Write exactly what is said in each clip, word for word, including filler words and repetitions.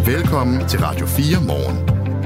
Velkommen til Radio fire Morgen.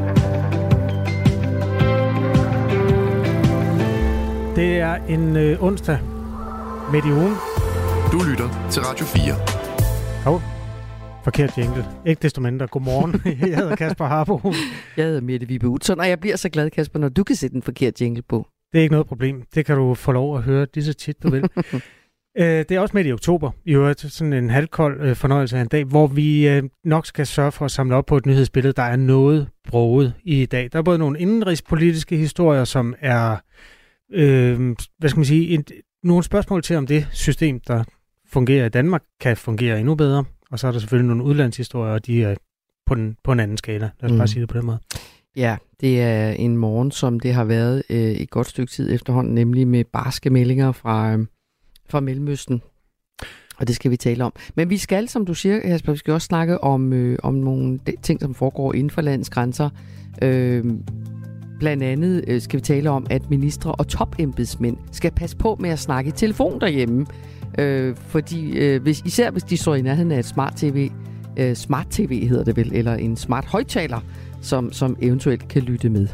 Det er en øh, onsdag midt i ugen. Du lytter til Radio fire. Hov, forkert jingle. Ikke desto mindre. Godmorgen. Jeg hedder Kasper Harbo. Jeg hedder Mette Vibe Utzon, og jeg bliver så glad, Kasper, når du kan sætte en forkert jingle på. Det er ikke noget problem. Det kan du få lov at høre lige så tit, du vil. Det er også midt i oktober. I øvrigt sådan en halvkold fornøjelse af en dag, hvor vi nok skal sørge for at samle op på et nyhedsbillede, der er noget broget i dag. Der er både nogle indenrigspolitiske historier, som er, øh, hvad skal man sige, en, nogle spørgsmål til, om det system, der fungerer i Danmark, kan fungere endnu bedre. Og så er der selvfølgelig nogle udlandshistorier, og de er på, den, på en anden skala. Lad os mm. bare sige det på den måde. Ja, det er en morgen, som det har været øh, et godt stykke tid efterhånden, nemlig med barske meldinger fra, øh, fra Mellemøsten. Og det skal vi tale om. Men vi skal, som du siger, Kasper, vi skal også snakke om, øh, om nogle ting, som foregår inden for landets grænser. Øh, blandt andet øh, skal vi tale om, at ministre og topembedsmænd skal passe på med at snakke i telefon derhjemme. Øh, fordi øh, hvis, især hvis de står i nærheden af et smart-tv, øh, smart-tv hedder det vel, eller en smart højttaler, som, som eventuelt kan lytte med.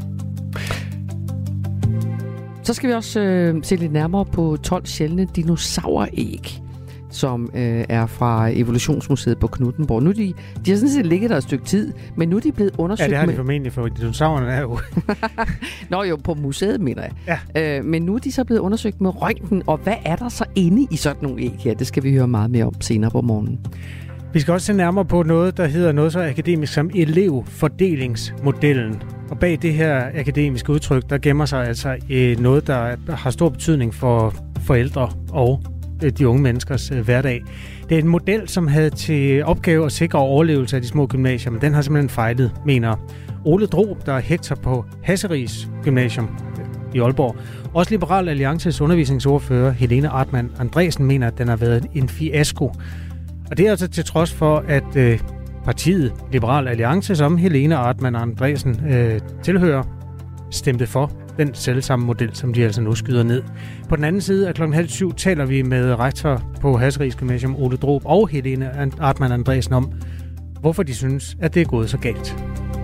Så skal vi også øh, se lidt nærmere på tolv sjældne dinosauræg, som øh, er fra Evolutionsmuseet på Knuthenborg. Nu er de, de har sådan set ligget der et stykke tid, men nu er de blevet undersøgt. Ja, det har de med... formentlig, for dinosaurerne er jo... Nå jo, på museet, mener jeg. Ja. Øh, men nu er de så blevet undersøgt med røntgen, og hvad er der så inde i sådan nogle æg her? Det skal vi høre meget mere om senere på morgenen. Vi skal også se nærmere på noget, der hedder noget så akademisk som elevfordelingsmodellen. Og bag det her akademiske udtryk, der gemmer sig altså øh, noget, der har stor betydning for forældre og øh, de unge menneskers øh, hverdag. Det er en model, som havde til opgave at sikre overlevelse af de små gymnasier, men den har simpelthen fejlet, mener Ole Drob, der er hektor på Hasseris Gymnasium i Aalborg. Også Liberal Alliances undervisningsordfører Helene Artmann Andresen mener, at den har været en fiasko. Og det er altså til trods for, at øh, partiet Liberal Alliance, som Helene Artmann Andresen øh, tilhører, stemte for den selvsamme model, som de altså nu skyder ned. På den anden side af klokken halv syv taler vi med rektor på Hasseris Gymnasium, Ole Drob, og Helene Artmann Andresen om, hvorfor de synes, at det er gået så galt.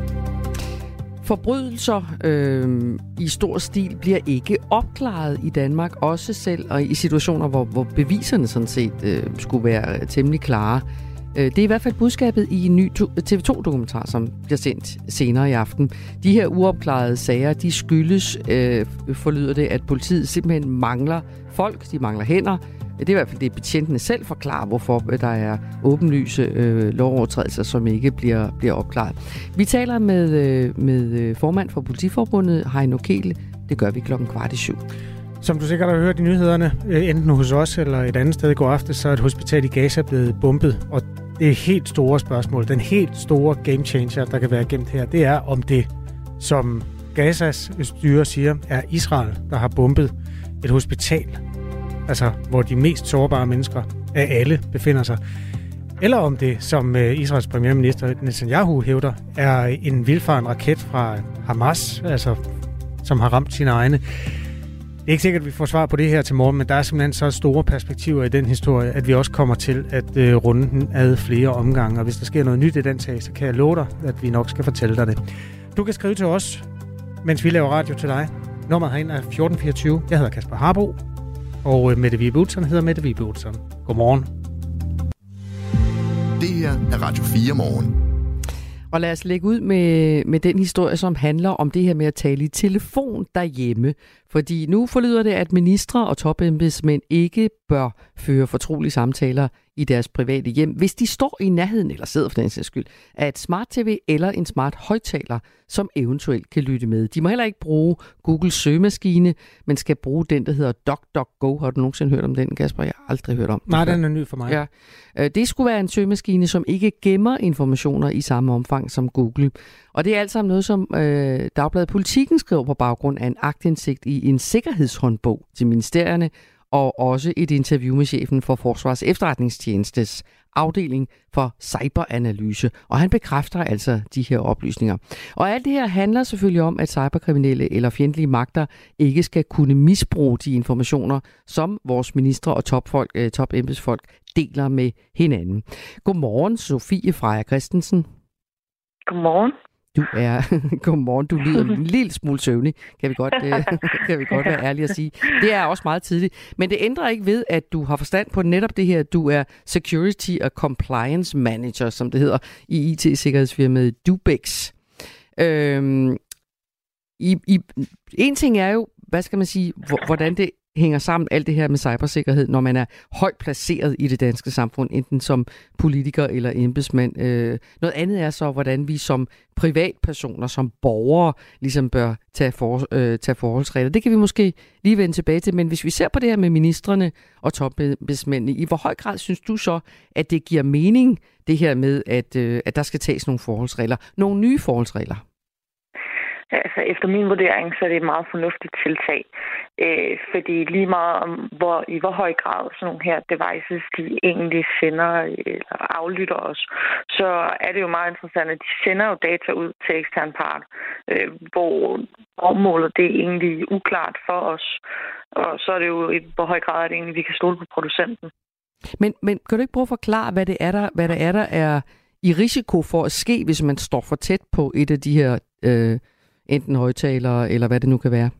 Forbrydelser øh, i stor stil bliver ikke opklaret i Danmark, også selv og i situationer, hvor, hvor beviserne sådan set øh, skulle være temmelig klare. Øh, det er i hvert fald budskabet i en ny T V to-dokumentar, som bliver sendt senere i aften. De her uopklarede sager, de skyldes, øh, forlyder det, at politiet simpelthen mangler folk, de mangler hænder. Det er i hvert fald det, betjentene selv forklarer, hvorfor der er åbenlyse øh, lovovertrædelser, som ikke bliver, bliver opklaret. Vi taler med, øh, med formand for Politiforbundet, Heino Keel. Det gør vi klokken kvart i syv. Som du sikkert har hørt i nyhederne, enten hos os eller et andet sted i går aftes, så er et hospital i Gaza blevet bombet. Og det er helt store spørgsmål. Den helt store game changer, der kan være gemt her, det er, om det, som Gazas styre siger, er Israel, der har bombet et hospital. Altså, hvor de mest sårbare mennesker af alle befinder sig. Eller om det, som Israels premierminister Netanyahu hævder, er en vildfaren raket fra Hamas, altså, som har ramt sine egne. Det er ikke sikkert, at vi får svar på det her til morgen, men der er simpelthen så store perspektiver i den historie, at vi også kommer til at uh, runde den ad flere omgange. Og hvis der sker noget nyt i den sag, så kan jeg love dig, at vi nok skal fortælle dig det. Du kan skrive til os, mens vi laver radio til dig. Nummeret herinde er fjorten fireogtyve. Jeg hedder Kasper Harbo. Og Mette Vibe Utzon hedder Mette Vibe Utzon. Godmorgen. Det her er Radio fire Morgen. Og lad os lægge ud med, med den historie, som handler om det her med at tale i telefon derhjemme. Fordi nu forlyder det, at ministre og topembedsmænd ikke bør føre fortrolige samtaler i deres private hjem, hvis de står i nærheden, eller sidder for den sags skyld, af et smart-tv eller en smart højttaler, som eventuelt kan lytte med. De må heller ikke bruge Googles søgemaskine, men skal bruge den, der hedder DuckDuckGo. Har du nogensinde hørt om den, Kasper? Jeg har aldrig hørt om den. Nej, den er ny for mig. Ja. Det skulle være en søgemaskine, som ikke gemmer informationer i samme omfang som Google. Og det er alt sammen noget, som øh, Dagbladet Politikken skriver på baggrund af en aktindsigt i en sikkerhedshåndbog til ministerierne, og også et interview med chefen for Forsvars Efterretningstjenestes afdeling for cyberanalyse. Og han bekræfter altså de her oplysninger. Og alt det her handler selvfølgelig om, at cyberkriminelle eller fjendtlige magter ikke skal kunne misbruge de informationer, som vores ministre og topfolk, øh, topembedsfolk deler med hinanden. Godmorgen, Sofie Freja Christensen. Godmorgen. Du er, godmorgen, du lyder en lille smule søvnig, kan vi godt, kan vi godt være ærlige at sige. Det er også meget tidligt, men det ændrer ikke ved, at du har forstand på netop det her. Du er Security og Compliance Manager, som det hedder, i I T-sikkerhedsfirmaet Dubex. Øhm, i, i, en ting er jo, hvad skal man sige, hvordan det hænger sammen, alt det her med cybersikkerhed, når man er højt placeret i det danske samfund, enten som politiker eller embedsmand. Øh, noget andet er så, hvordan vi som privatpersoner, som borgere, ligesom bør tage, for, øh, tage forholdsregler. Det kan vi måske lige vende tilbage til, men hvis vi ser på det her med ministrene og topembedsmændene, i hvor høj grad synes du så, at det giver mening, det her med, at, øh, at der skal tages nogle forholdsregler, nogle nye forholdsregler? Altså, efter min vurdering, så er det et meget fornuftigt tiltag. Øh, fordi lige meget om, hvor, i hvor høj grad sådan nogle her devices, de egentlig sender eller aflytter os, så er det jo meget interessant, at de sender jo data ud til ekstern part, øh, hvor formålet det er egentlig uklart for os. Og så er det jo i hvor høj grad, at det egentlig, vi kan stole på producenten. Men, men kan du ikke prøve at forklare, hvad det er, der, hvad der er, der er i risiko for at ske, hvis man står for tæt på et af de her øh, enten højtalere, eller hvad det nu kan være?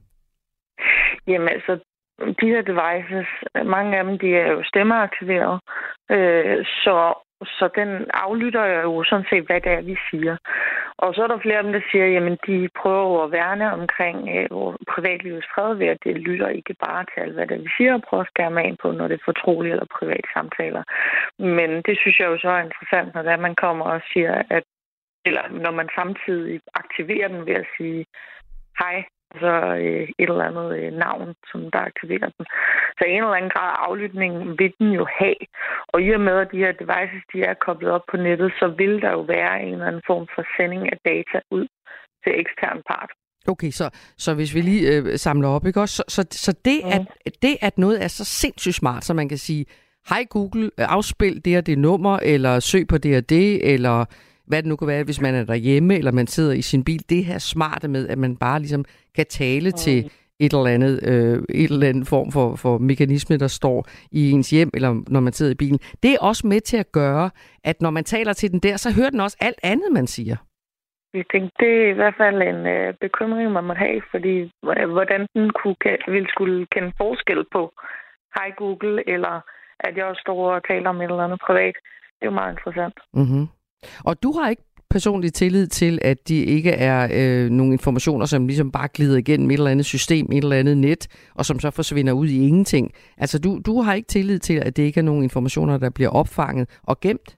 Jamen altså, de her devices, mange af dem, de er jo stemmeaktiveret, øh, så, så den aflytter jo sådan set, hvad det er, vi siger. Og så er der flere af dem, der siger, jamen de prøver at værne omkring øh, privatlivets fred ved, at det lytter ikke bare til alt, hvad det er, vi siger, og prøver at skærme af på, når det er fortrolige eller private samtaler. Men det synes jeg jo så er interessant, når det er, man kommer og siger, at eller når man samtidig aktiverer den ved at sige hej, så øh, et eller andet øh, navn, som der aktiverer den. Så en eller anden grad af aflytning vil den jo have. Og i og med, at de her devices, de er koblet op på nettet, så vil der jo være en eller anden form for sending af data ud til ekstern part. Okay, så, så hvis vi lige øh, samler op, ikke også? Så, så, så det, mm. at, det, at noget er så sindssygt smart, så man kan sige, hej Google, afspil det og det nummer, eller søg på det og det, eller hvad det nu kan være, hvis man er derhjemme, eller man sidder i sin bil. Det her smarte med, at man bare ligesom kan tale mm. til et eller andet, øh, et eller andet form for, for mekanisme, der står i ens hjem, eller når man sidder i bilen. Det er også med til at gøre, at når man taler til den der, så hører den også alt andet, man siger. Jeg tænker, det er i hvert fald en øh, bekymring, man må have, fordi hvordan den kunne, ville skulle kende forskel på hej Google, eller at jeg også står og taler om et eller andet privat. Det er jo meget interessant. Mm-hmm. Og du har ikke personligt tillid til, at de ikke er øh, nogle informationer, som ligesom bare glider igennem et eller andet system, et eller andet net, og som så forsvinder ud i ingenting. Altså, du, du har ikke tillid til, at det ikke er nogle informationer, der bliver opfanget og gemt?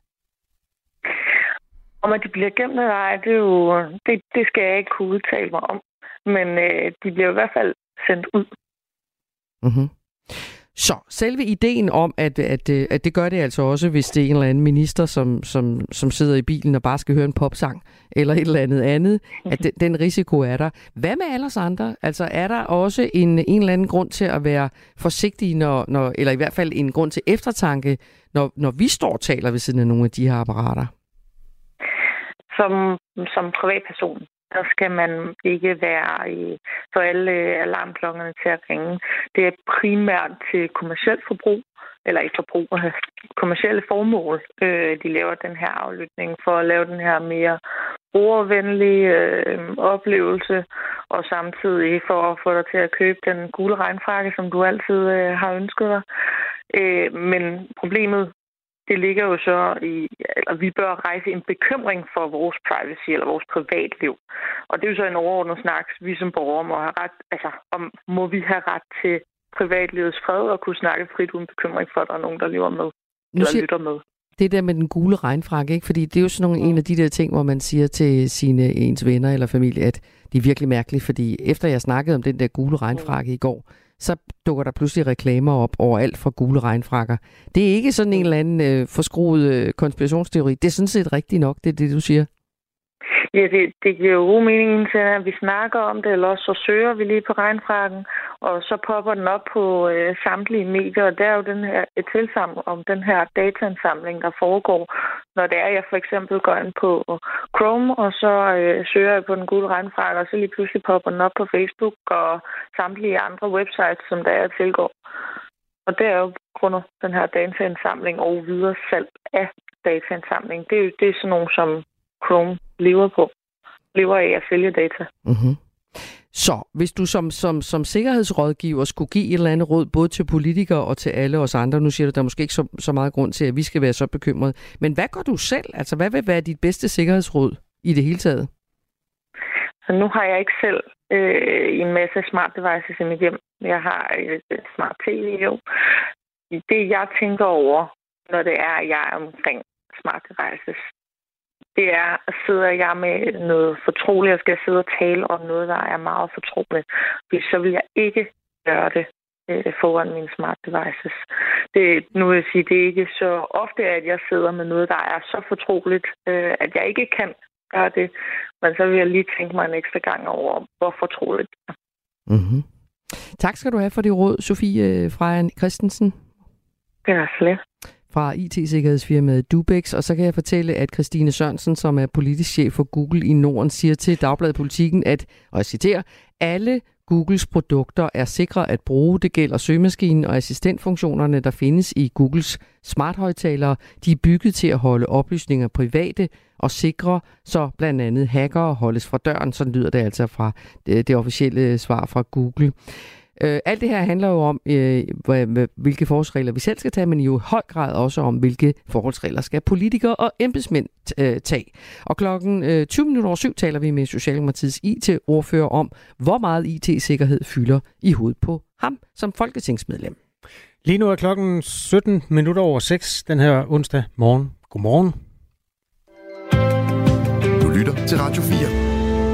Om at de bliver gemt eller ej, det, er jo, det, det skal jeg ikke kunne udtale mig om. Men øh, de bliver i hvert fald sendt ud. Mhm. Så selve ideen om, at, at, at det gør det altså også, hvis det er en eller anden minister, som, som, som sidder i bilen og bare skal høre en popsang, eller et eller andet andet, at den, den risiko er der. Hvad med alle os andre? Altså er der også en, en eller anden grund til at være forsigtig, når, når, eller i hvert fald en grund til eftertanke, når, når vi står og taler ved siden af nogle af de her apparater? Som, som privatperson, der skal man ikke være i, for alle alarmklokkerne til at ringe. Det er primært til kommercielt forbrug, eller ikke forbrug, kommercielle formål, øh, de laver den her aflytning for at lave den her mere brugervenlige øh, oplevelse, og samtidig for at få dig til at købe den gule regnfrakke, som du altid øh, har ønsket dig. Øh, men problemet, det ligger jo så i, eller vi bør rejse en bekymring for vores privacy eller vores privatliv. Og det er jo så en overordnet snak, vi som borgere må have ret, altså om, må vi have ret til privatlivets fred og kunne snakke frit uden bekymring for, at der er nogen, der lever med, eller siger, lytter med. Det der med den gule regnfrakke, ikke? Fordi det er jo sådan nogle, mm. en af de der ting, hvor man siger til sine ens venner eller familie, at det er virkelig mærkeligt, fordi efter jeg snakkede om den der gule regnfrakke mm. i går, så dukker der pludselig reklamer op overalt fra gule regnfrakker. Det er ikke sådan en eller anden øh, forskruet øh, konspirationsteori. Det er sådan set rigtigt nok, det er det, du siger. Ja, det, det giver jo god mening, at vi snakker om det, eller også så søger vi lige på regnfrakken, og så popper den op på øh, samtlige medier, og der er jo den her, et tilsagn om den her dataansamling, der foregår, når det er, jeg for eksempel går ind på Chrome, og så øh, søger jeg på den gule regnfrakke, og så lige pludselig popper den op på Facebook og samtlige andre websites, som der er at tilgå. Og det er jo grund af den her dataansamling og videre salg af dataansamling. Det er jo det er sådan nogle som Chrome lever på. Lever af at sælge data. Mm-hmm. Så hvis du som, som, som sikkerhedsrådgiver skulle give et eller andet råd, både til politikere og til alle os andre, nu siger du, der er måske ikke så, så meget grund til, at vi skal være så bekymrede, men hvad gør du selv? Altså, hvad vil være dit bedste sikkerhedsråd i det hele taget? Så nu har jeg ikke selv øh, en masse smart devices i mit hjem. Jeg har et smart tv, jo. Det, jeg tænker over, når det er, at jeg er omkring smart devices, det er, at sidder jeg med noget fortroligt, og skal sidde og tale om noget, der er meget fortroligt, så vil jeg ikke gøre det øh, foran mine smart devices. Det, nu vil jeg sige, det er ikke så ofte, at jeg sidder med noget, der er så fortroligt, øh, at jeg ikke kan gøre det. Men så vil jeg lige tænke mig en ekstra gang over, hvor fortroligt det er. Mm-hmm. Tak skal du have for det råd, Sofie Freja Christensen. Det er slet. Fra I T-sikkerhedsfirmaet Dubex, og så kan jeg fortælle, at Christine Sørensen, som er politisk chef for Google i Norden, siger til Dagbladet Politikken, at, og jeg citerer, alle Googles produkter er sikre at bruge. Det gælder søgemaskinen og assistentfunktionerne, der findes i Googles smarthøjttalere. De er bygget til at holde oplysninger private og sikre, så blandt andet hackere holdes fra døren. Sådan lyder det altså fra det, det officielle svar fra Google. Uh, alt det her handler jo om, uh, hvilke forholdsregler vi selv skal tage, men i jo høj grad også om, hvilke forholdsregler skal politikere og embedsmænd uh, tage. Og klokken uh, tyve minutter over syv taler vi med Socialdemokratiets I T-ordfører om, hvor meget I T-sikkerhed fylder i hovedet på ham som folketingsmedlem. Lige nu er klokken sytten minutter over seks den her onsdag morgen. Godmorgen. Du lytter til Radio fire.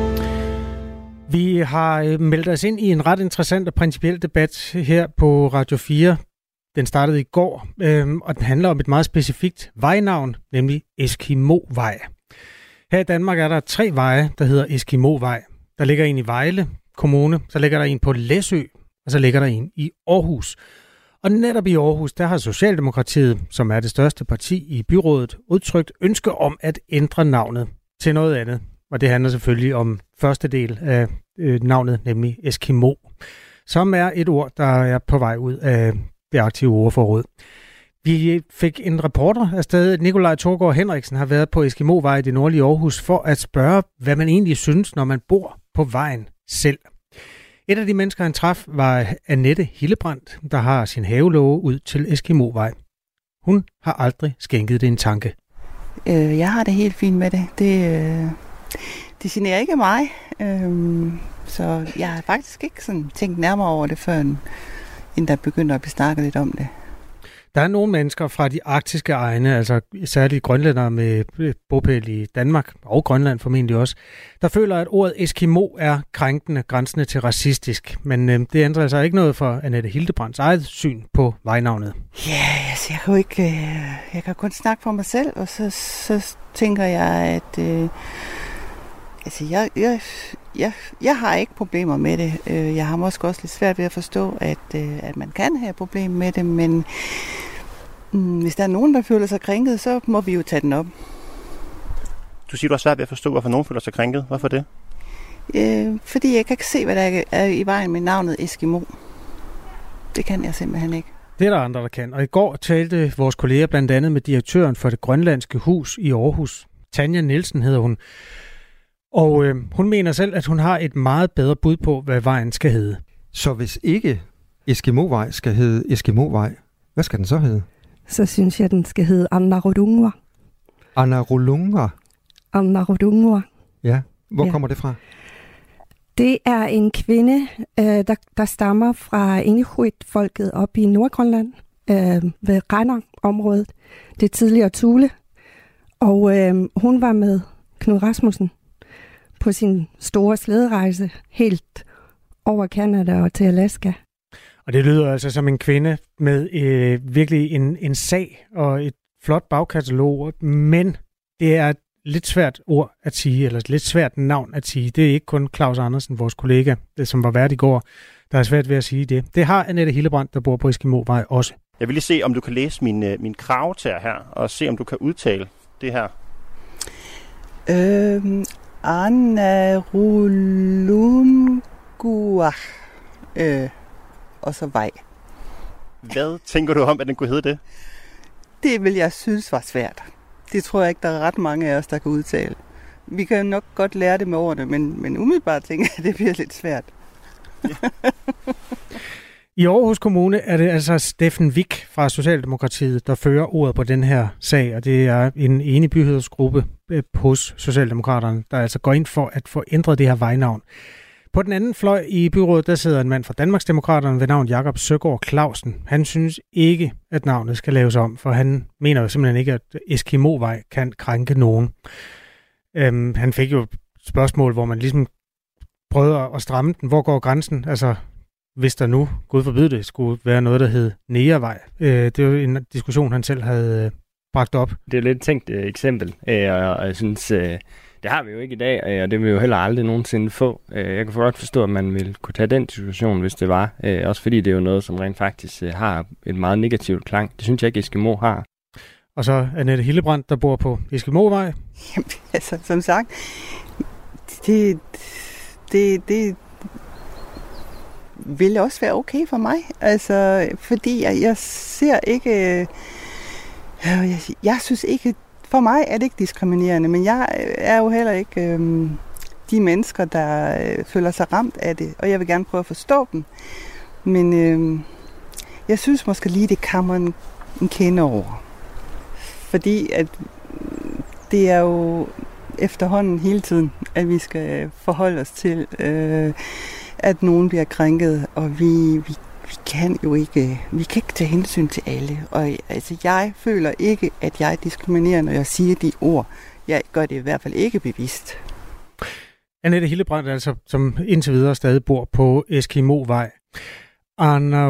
Vi har meldt os ind i en ret interessant og principiel debat her på Radio fire. Den startede i går, øhm, og den handler om et meget specifikt vejnavn, nemlig Eskimo-vej. Her i Danmark er der tre veje, der hedder Eskimo-vej. Der ligger en i Vejle Kommune, så ligger der en på Læsø, og så ligger der en i Aarhus. Og netop i Aarhus, der har Socialdemokratiet, som er det største parti i byrådet, udtrykt ønske om at ændre navnet til noget andet. Og det handler selvfølgelig om første del af øh, navnet, nemlig Eskimo, som er et ord, der er på vej ud af det aktive ordforråd. Vi fik en reporter afsted, Nikolaj Thorgård Henriksen, har været på Eskimo-vej i det nordlige Aarhus for at spørge, hvad man egentlig synes, når man bor på vejen selv. Et af de mennesker, han traf, var Annette Hillebrandt, der har sin havelåge ud til Eskimo-vej. Hun har aldrig skænket det en tanke. Øh, jeg har det helt fint med det. Det, øh, det generer ikke mig. Øh, så jeg har faktisk ikke sådan tænkt nærmere over det, før end der begynder at blive snakket lidt om det. Der er nogle mennesker fra de arktiske egne, altså særligt grønlændere med bopæl i Danmark og Grønland formentlig også, der føler, at ordet Eskimo er krænkende, grænsende til racistisk. Men øh, det ændrer altså ikke noget for Annette Hildebrands eget syn på vejnavnet. Ja, altså, jeg kan jo ikke, øh, jeg kan kun snakke for mig selv, og så, så tænker jeg, at øh, altså, jeg, jeg, jeg, jeg har ikke problemer med det. Jeg har måske også lidt svært ved at forstå, at, øh, at man kan have problemer med det, men mm, hvis der er nogen, der føler sig krænket, så må vi jo tage den op. Du siger, du har svært ved at forstå, hvorfor nogen føler sig krænket. Hvorfor det? Øh, fordi jeg kan ikke se, hvad der er i vejen med navnet Eskimo. Det kan jeg simpelthen ikke. Det er der andre, der kan. Og i går talte vores kolleger blandt andet med direktøren for det grønlandske hus i Aarhus. Tanja Nielsen hedder hun. Og øh, hun mener selv, at hun har et meget bedre bud på, hvad vejen skal hedde. Så hvis ikke Eskimo-vej skal hedde Eskimo-vej, hvad skal den så hedde? Så synes jeg, den skal hedde Annarudungwa. Annarudungwa? Annarudungwa. Ja, hvor ja. kommer det fra? Det er en kvinde, øh, der, der stammer fra Inuit-folket op i Nordgrønland, øh, ved Ranang-området. Det er tidligere Thule. Og øh, hun var med Knud Rasmussen på sin store slæderejse helt over Canada og til Alaska. Og det lyder altså som en kvinde med øh, virkelig en, en sag og et flot bagkatalog, men det er et lidt svært ord at sige, eller et lidt svært navn at sige. Det er ikke kun Claus Andersen, vores kollega, som var vært i går, der er svært ved at sige det. Det har Annette Hillebrandt, der bor på Eskimo-vej, også. Jeg vil lige se, om du kan læse min, min kravetær her, og se, om du kan udtale det her. Øhm, Annarulungua. Øh, og så vej. Hvad tænker du om, at den kunne hedde det? Det vil jeg synes var svært. Det tror jeg ikke, der er ret mange af os, der kan udtale. vi kan nok godt lære det med årene, men, men umiddelbart tænker jeg, at det bliver lidt svært. Ja. I Aarhus Kommune er det altså Steffen Wik fra Socialdemokratiet, der fører ordet på den her sag, og det er en enig byrådsgruppe hos Socialdemokraterne, der altså går ind for at få ændret det her vejnavn. På den anden fløj i byrådet, der sidder en mand fra Danmarksdemokraterne ved navn Jakob Søgaard Clausen. Han synes ikke, at navnet skal laves om, for han mener jo simpelthen ikke, at Eskimo-vej kan krænke nogen. Øhm, han fik jo et spørgsmål, hvor man ligesom prøvede at stramme den. Hvor går grænsen? Altså, hvis der nu, Gud forbyde det, skulle være noget, der hed Negervej. Øh, det er jo en diskussion, han selv havde øh, bragt op. Det er et lidt tænkt øh, eksempel, øh, og, og jeg synes, øh, det har vi jo ikke i dag, øh, og det vil vi jo heller aldrig nogensinde få. Øh, jeg kan godt forstå, at man ville kunne tage den diskussion, hvis det var. Øh, også fordi det er jo noget, som rent faktisk øh, har et meget negativt klang. Det synes jeg ikke, Eskimo har. Og så Annette Hillebrandt, der bor på Eskimo-vej. Jamen, altså, som sagt, det, det, det vil også være okay for mig. Altså, fordi jeg, jeg ser ikke... Øh, jeg, jeg synes ikke... For mig er det ikke diskriminerende, men jeg er jo heller ikke øh, de mennesker, der øh, føler sig ramt af det, og jeg vil gerne prøve at forstå dem. Men øh, jeg synes måske lige, det kammer en, en kende over. Fordi at det er jo efterhånden hele tiden, at vi skal forholde os til, øh, at nogen bliver krænket, og vi, vi, vi kan jo ikke, vi kan ikke tage hensyn til alle. Og altså, jeg føler ikke, at jeg diskriminerer, når jeg siger de ord. Jeg gør det i hvert fald ikke bevidst. Annette Hillebrandt, altså, som indtil videre stadig bor på Eskimo-vej. Anna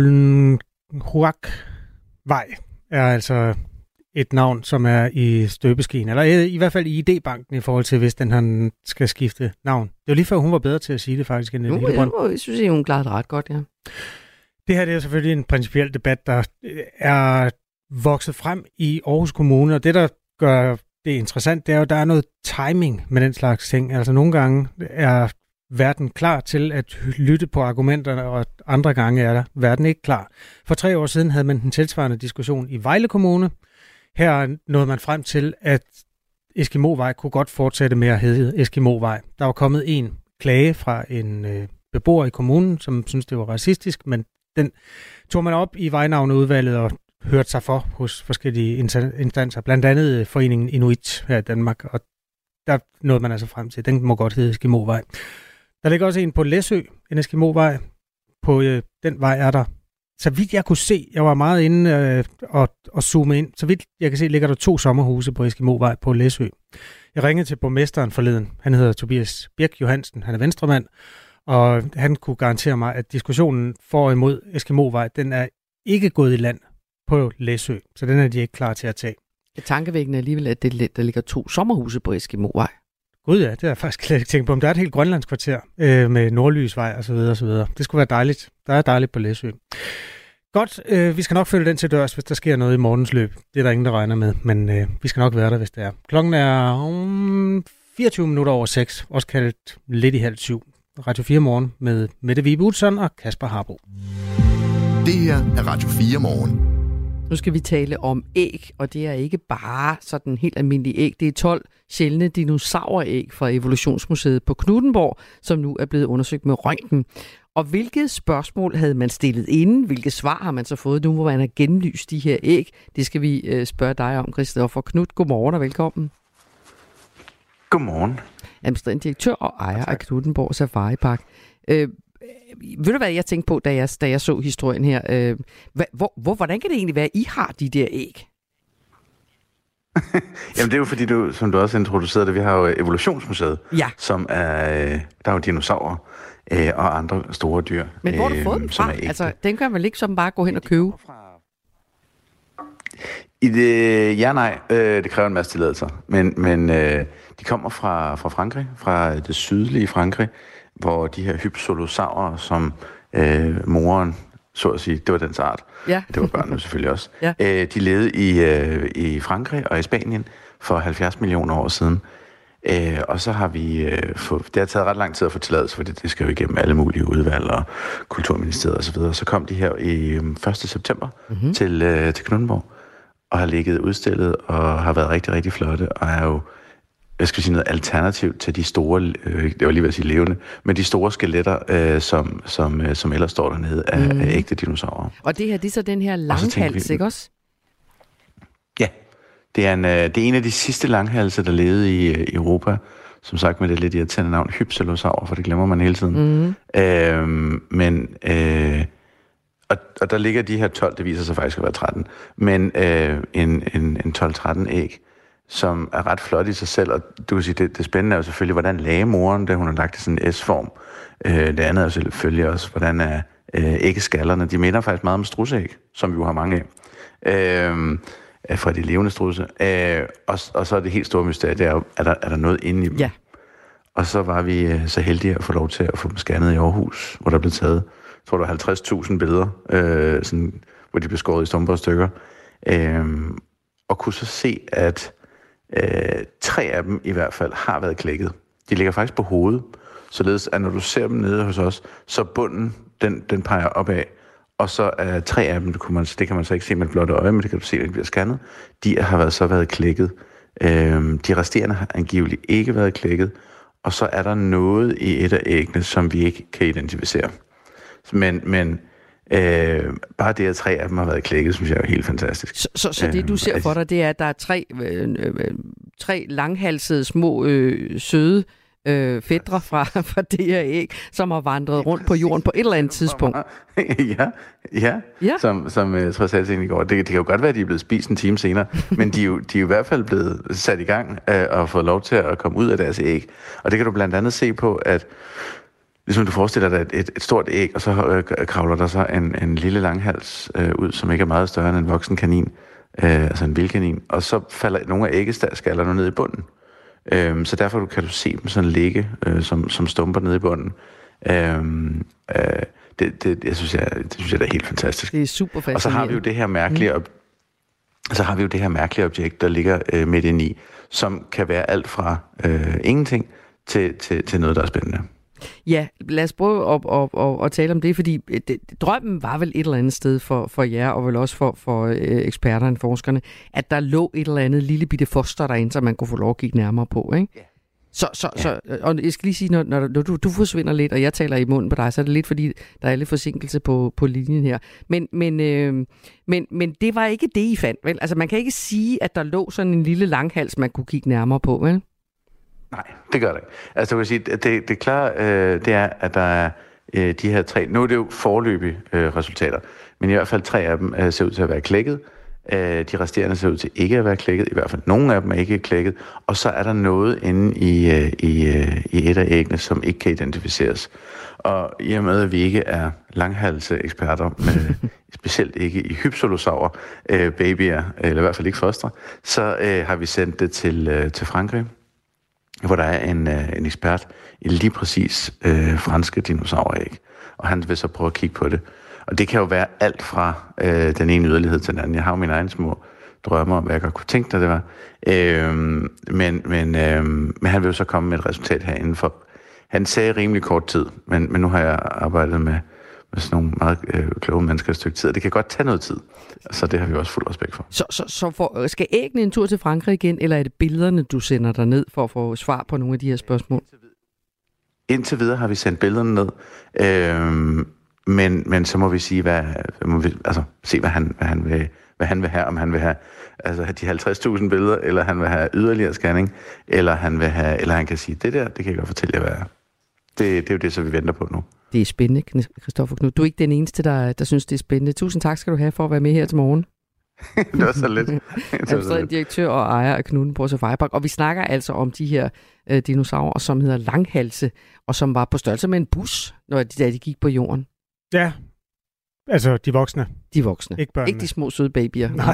Rullenhuak-vej er altså et navn, som er i støbeskeen, eller i hvert fald i idébanken i forhold til, hvis den han skal skifte navn. Det var lige før, hun var bedre til at sige det faktisk, end Annette Hillebrandt. Jeg synes, at hun klarede det ret godt, ja. Det her det er selvfølgelig en principiel debat, der er vokset frem i Aarhus Kommune, og det, der gør det interessant, det er jo, at der er noget timing med den slags ting. Altså nogle gange er verden klar til at lytte på argumenterne, og andre gange er der verden ikke klar. For tre år siden havde man den tilsvarende diskussion i Vejle Kommune. Her nåede man frem til, at Eskimo-vej kunne godt fortsætte med at hedde Eskimo-vej. Der var kommet en klage fra en øh, beboer i kommunen, som synes det var racistisk, men den tog man op i vejnavneudvalget og hørte sig for hos forskellige instanser, blandt andet foreningen Inuit her i Danmark, og der nåede man altså frem til, den må godt hedde Eskimo-vej. Der ligger også en på Læsø, en Eskimo-vej. På øh, den vej er der, så vidt jeg kunne se, jeg var meget inde øh, og, og zoome ind, så vidt jeg kan se, ligger der to sommerhuse på Eskimo-vej på Læsø. Jeg ringede til borgmesteren forleden, han hedder Tobias Birk Johansen, han er venstremand, og han kunne garantere mig, at diskussionen for og imod Eskimo-vej, den er ikke gået i land på Læsø, så den er de ikke klar til at tage. Det tankevækkende alligevel, at det, der ligger to sommerhuse på Eskimo-vej. Gud ja, det har jeg faktisk slet ikke tænkt på. Om der er et helt Grønlandskvarter øh, med Nordlysvej og så videre og så videre. Det skulle være dejligt. Der er dejligt på Læsø. Godt, øh, vi skal nok følge den til dørs, hvis der sker noget i morgens løb. Det er der ingen, der regner med, men øh, vi skal nok være der, hvis det er. Klokken er um, fireogtyve minutter over seks, også kaldt lidt i halv syv. Radio fire Morgen med Mette Vibe Utzon og Kasper Harbo. Det her er Radio fire Morgen. Nu skal vi tale om æg, og det er ikke bare sådan helt almindelige æg. Det er tolv sjældne dinosauræg fra Evolutionsmuseet på Knuthenborg, som nu er blevet undersøgt med røntgen. Og hvilket spørgsmål havde man stillet inden? Hvilke svar har man så fået nu, hvor man har genlyst de her æg? Det skal vi spørge dig om, Christoffer Knudt. Godmorgen og velkommen. Godmorgen. Administrerende direktør og ejer af Knuthenborg Safari Park. Øh, ved du hvad jeg tænkte på, da jeg, da jeg så historien her? Øh, hvor, hvor, hvordan kan det egentlig være, at I har de der æg? Jamen det er jo fordi, du, som du også introducerede det, vi har jo Evolutionsmuseet, ja. som er, der er jo dinosaurer øh, og andre store dyr. Men hvor har du fået dem fra? Altså, den kan man ikke som bare gå hen og købe. I det, ja, nej, øh, det kræver en masse tilladelser, men, men øh, de kommer fra, fra Frankrig, fra det sydlige Frankrig, hvor de her hypsolosaurer, som øh, moren, så at sige, det var dens art, ja. Det var børnene selvfølgelig også, ja. øh, de levede i, øh, i Frankrig og i Spanien for halvfjerds millioner år siden. Øh, og så har vi øh, fået, det har taget ret lang tid at få tilladelse, for det, det skal jo igennem alle mulige udvalg og Kulturministeriet og så videre. Så kom de her i øh, første september mm-hmm. til, øh, til Knuthenborg, og har ligget udstillet og har været rigtig, rigtig flotte, og er jo jeg skal sige noget alternativ til de store, øh, det var lige ved at sige levende, men de store skeletter, øh, som, som, øh, som ellers står dernede af, mm. af ægte dinosaurer. Og det her, det er så den her langhals, ikke også? Ja, det er, en, øh, det er en af de sidste langhalse, der levede i øh, Europa. Som sagt med det lidt irriterende navn, Hypsilosaur, for det glemmer man hele tiden. Mm. Øh, men, øh, og, og der ligger de her tolv, det viser sig faktisk at være tretten, men øh, en, en, en tolv tretten æg, som er ret flot i sig selv, og du kan sige, det, det spændende er jo selvfølgelig, hvordan lagde moren, da hun har lagt i sådan en S-form. Øh, det andet er jo selvfølgelig også, hvordan er øh, æggeskallerne, de minder faktisk meget om strusæg, som vi jo har mange af, øh, fra de levende strudse. Øh, og, og så er det helt store mysterie, det er jo, er der, er der noget inde i dem? Ja. Og så var vi øh, så heldige at få lov til at få dem scannet i Aarhus, hvor der blev taget, jeg tror, der var halvtreds tusind billeder, øh, sådan, hvor de blev skåret i stumper og stykker. Øh, og kunne så se, at Øh, tre af dem i hvert fald har været klækket. De ligger faktisk på hovedet, således at når du ser dem nede hos os, så bunden, den, den peger opad, og så er uh, tre af dem, det, kunne man, det kan man så ikke se med et blåt øje, men det kan du se, at de bliver scannet, de har været, så været klækket. Øh, de resterende har angiveligt ikke været klækket, og så er der noget i et af æggene, som vi ikke kan identificere. Men, men Øh, bare det, at tre af dem har været klækket, synes jeg er helt fantastisk. Så, så, så det, du ser for dig, det er, at der er tre, øh, øh, tre langhalsede, små, øh, søde øh, fætre fra, fra det her æg, som har vandret rundt på jorden på et eller andet tidspunkt. ja, ja, ja. Som, som jeg tror, jeg sagde til i går. Det, det kan jo godt være, at de er blevet spist en time senere, men de er, jo, de er jo i hvert fald blevet sat i gang øh, og fået lov til at komme ud af deres æg. Og det kan du blandt andet se på, at ligesom du forestiller dig et, et, et stort æg, og så øh, kravler der så en, en lille langhals øh, ud, som ikke er meget større end en voksen kanin, øh, altså en vildkanin, og så falder nogle af æggeskallerne ned i bunden. Øh, så derfor kan du se dem sådan ligge øh, som, som stumper nede i bunden. Øh, øh, det, det, jeg synes, jeg, det synes jeg er helt fantastisk. Det er super fascinerende. Og så har vi jo det her mærkelige, mm. så har vi jo det her mærkelige objekt, der ligger øh, midt inde i, som kan være alt fra øh, ingenting til, til, til noget, der er spændende. Ja, lad os prøve at, at, at, at tale om det, fordi det, drømmen var vel et eller andet sted for, for jer, og vel også for, for øh, eksperterne, forskerne, at der lå et eller andet lille bitte foster derinde, som man kunne få lov at kigge nærmere på, ikke? Yeah. Så, så, yeah. så, og jeg skal lige sige, når, når du, du forsvinder lidt, og jeg taler i munden på dig, så er det lidt, fordi der er lidt forsinkelse på, på linjen her. Men, men, øh, men, men det var ikke det, I fandt, vel? Altså, man kan ikke sige, at der lå sådan en lille langhals, man kunne kigge nærmere på, vel? Nej, det gør det ikke. Altså, du kan sige, det, det klare, øh, det er, at der er øh, de her tre, nu er det jo foreløbige øh, resultater, men i hvert fald tre af dem øh, ser ud til at være klækket. Øh, de resterende ser ud til ikke at være klækket, i hvert fald nogle af dem er ikke klækket, og så er der noget inde i, øh, i, øh, i et af æggene, som ikke kan identificeres. Og i og med, at vi ikke er langhalse-eksperter, med, specielt ikke i hypsilosaurer, øh, babyer, eller i hvert fald ikke fostre, så øh, har vi sendt det til, øh, til Frankrig, hvor der er en, øh, en ekspert i lige præcis øh, franske dinosauræg, og han vil så prøve at kigge på det. Og det kan jo være alt fra øh, den ene yderlighed til den anden. Jeg har jo mine egne små drømmer om, hvad jeg godt kunne tænke dig, det var. Øh, men, men, øh, men han vil jo så komme med et resultat her inden for, han sagde rimelig kort tid, men, men nu har jeg arbejdet med, med sådan nogle meget øh, kloge mennesker et stykke tid, og det kan godt tage noget tid. Så det har vi også fuld respekt for. Så, så, så for, skal æggene en tur til Frankrig igen, eller er det billederne, du sender dig ned for at få svar på nogle af de her spørgsmål? Indtil videre har vi sendt billederne ned, øh, men, men så må vi sige, hvad, må vi, altså, se, hvad han, hvad, han vil, hvad han vil have, om han vil have, altså, have de halvtreds tusind billeder, eller han vil have yderligere scanning, eller han, vil have, eller han kan sige, det der, det kan jeg godt fortælle jer, hvad er. Det, det er jo det, så vi venter på nu. Det er spændende, Christoffer Knud. Du er ikke den eneste, der, der synes, det er spændende. Tusind tak skal du have for at være med her til morgen. Det var så lidt. Administrerende direktør og ejer af Knuthenborg Safaripark. Og vi snakker altså om de her øh, dinosaurer, som hedder langhalse, og som var på størrelse med en bus, når de, da de gik på jorden. Ja, altså de voksne. De voksne. Ikke børnene. Ikke de små søde babyer. Nej.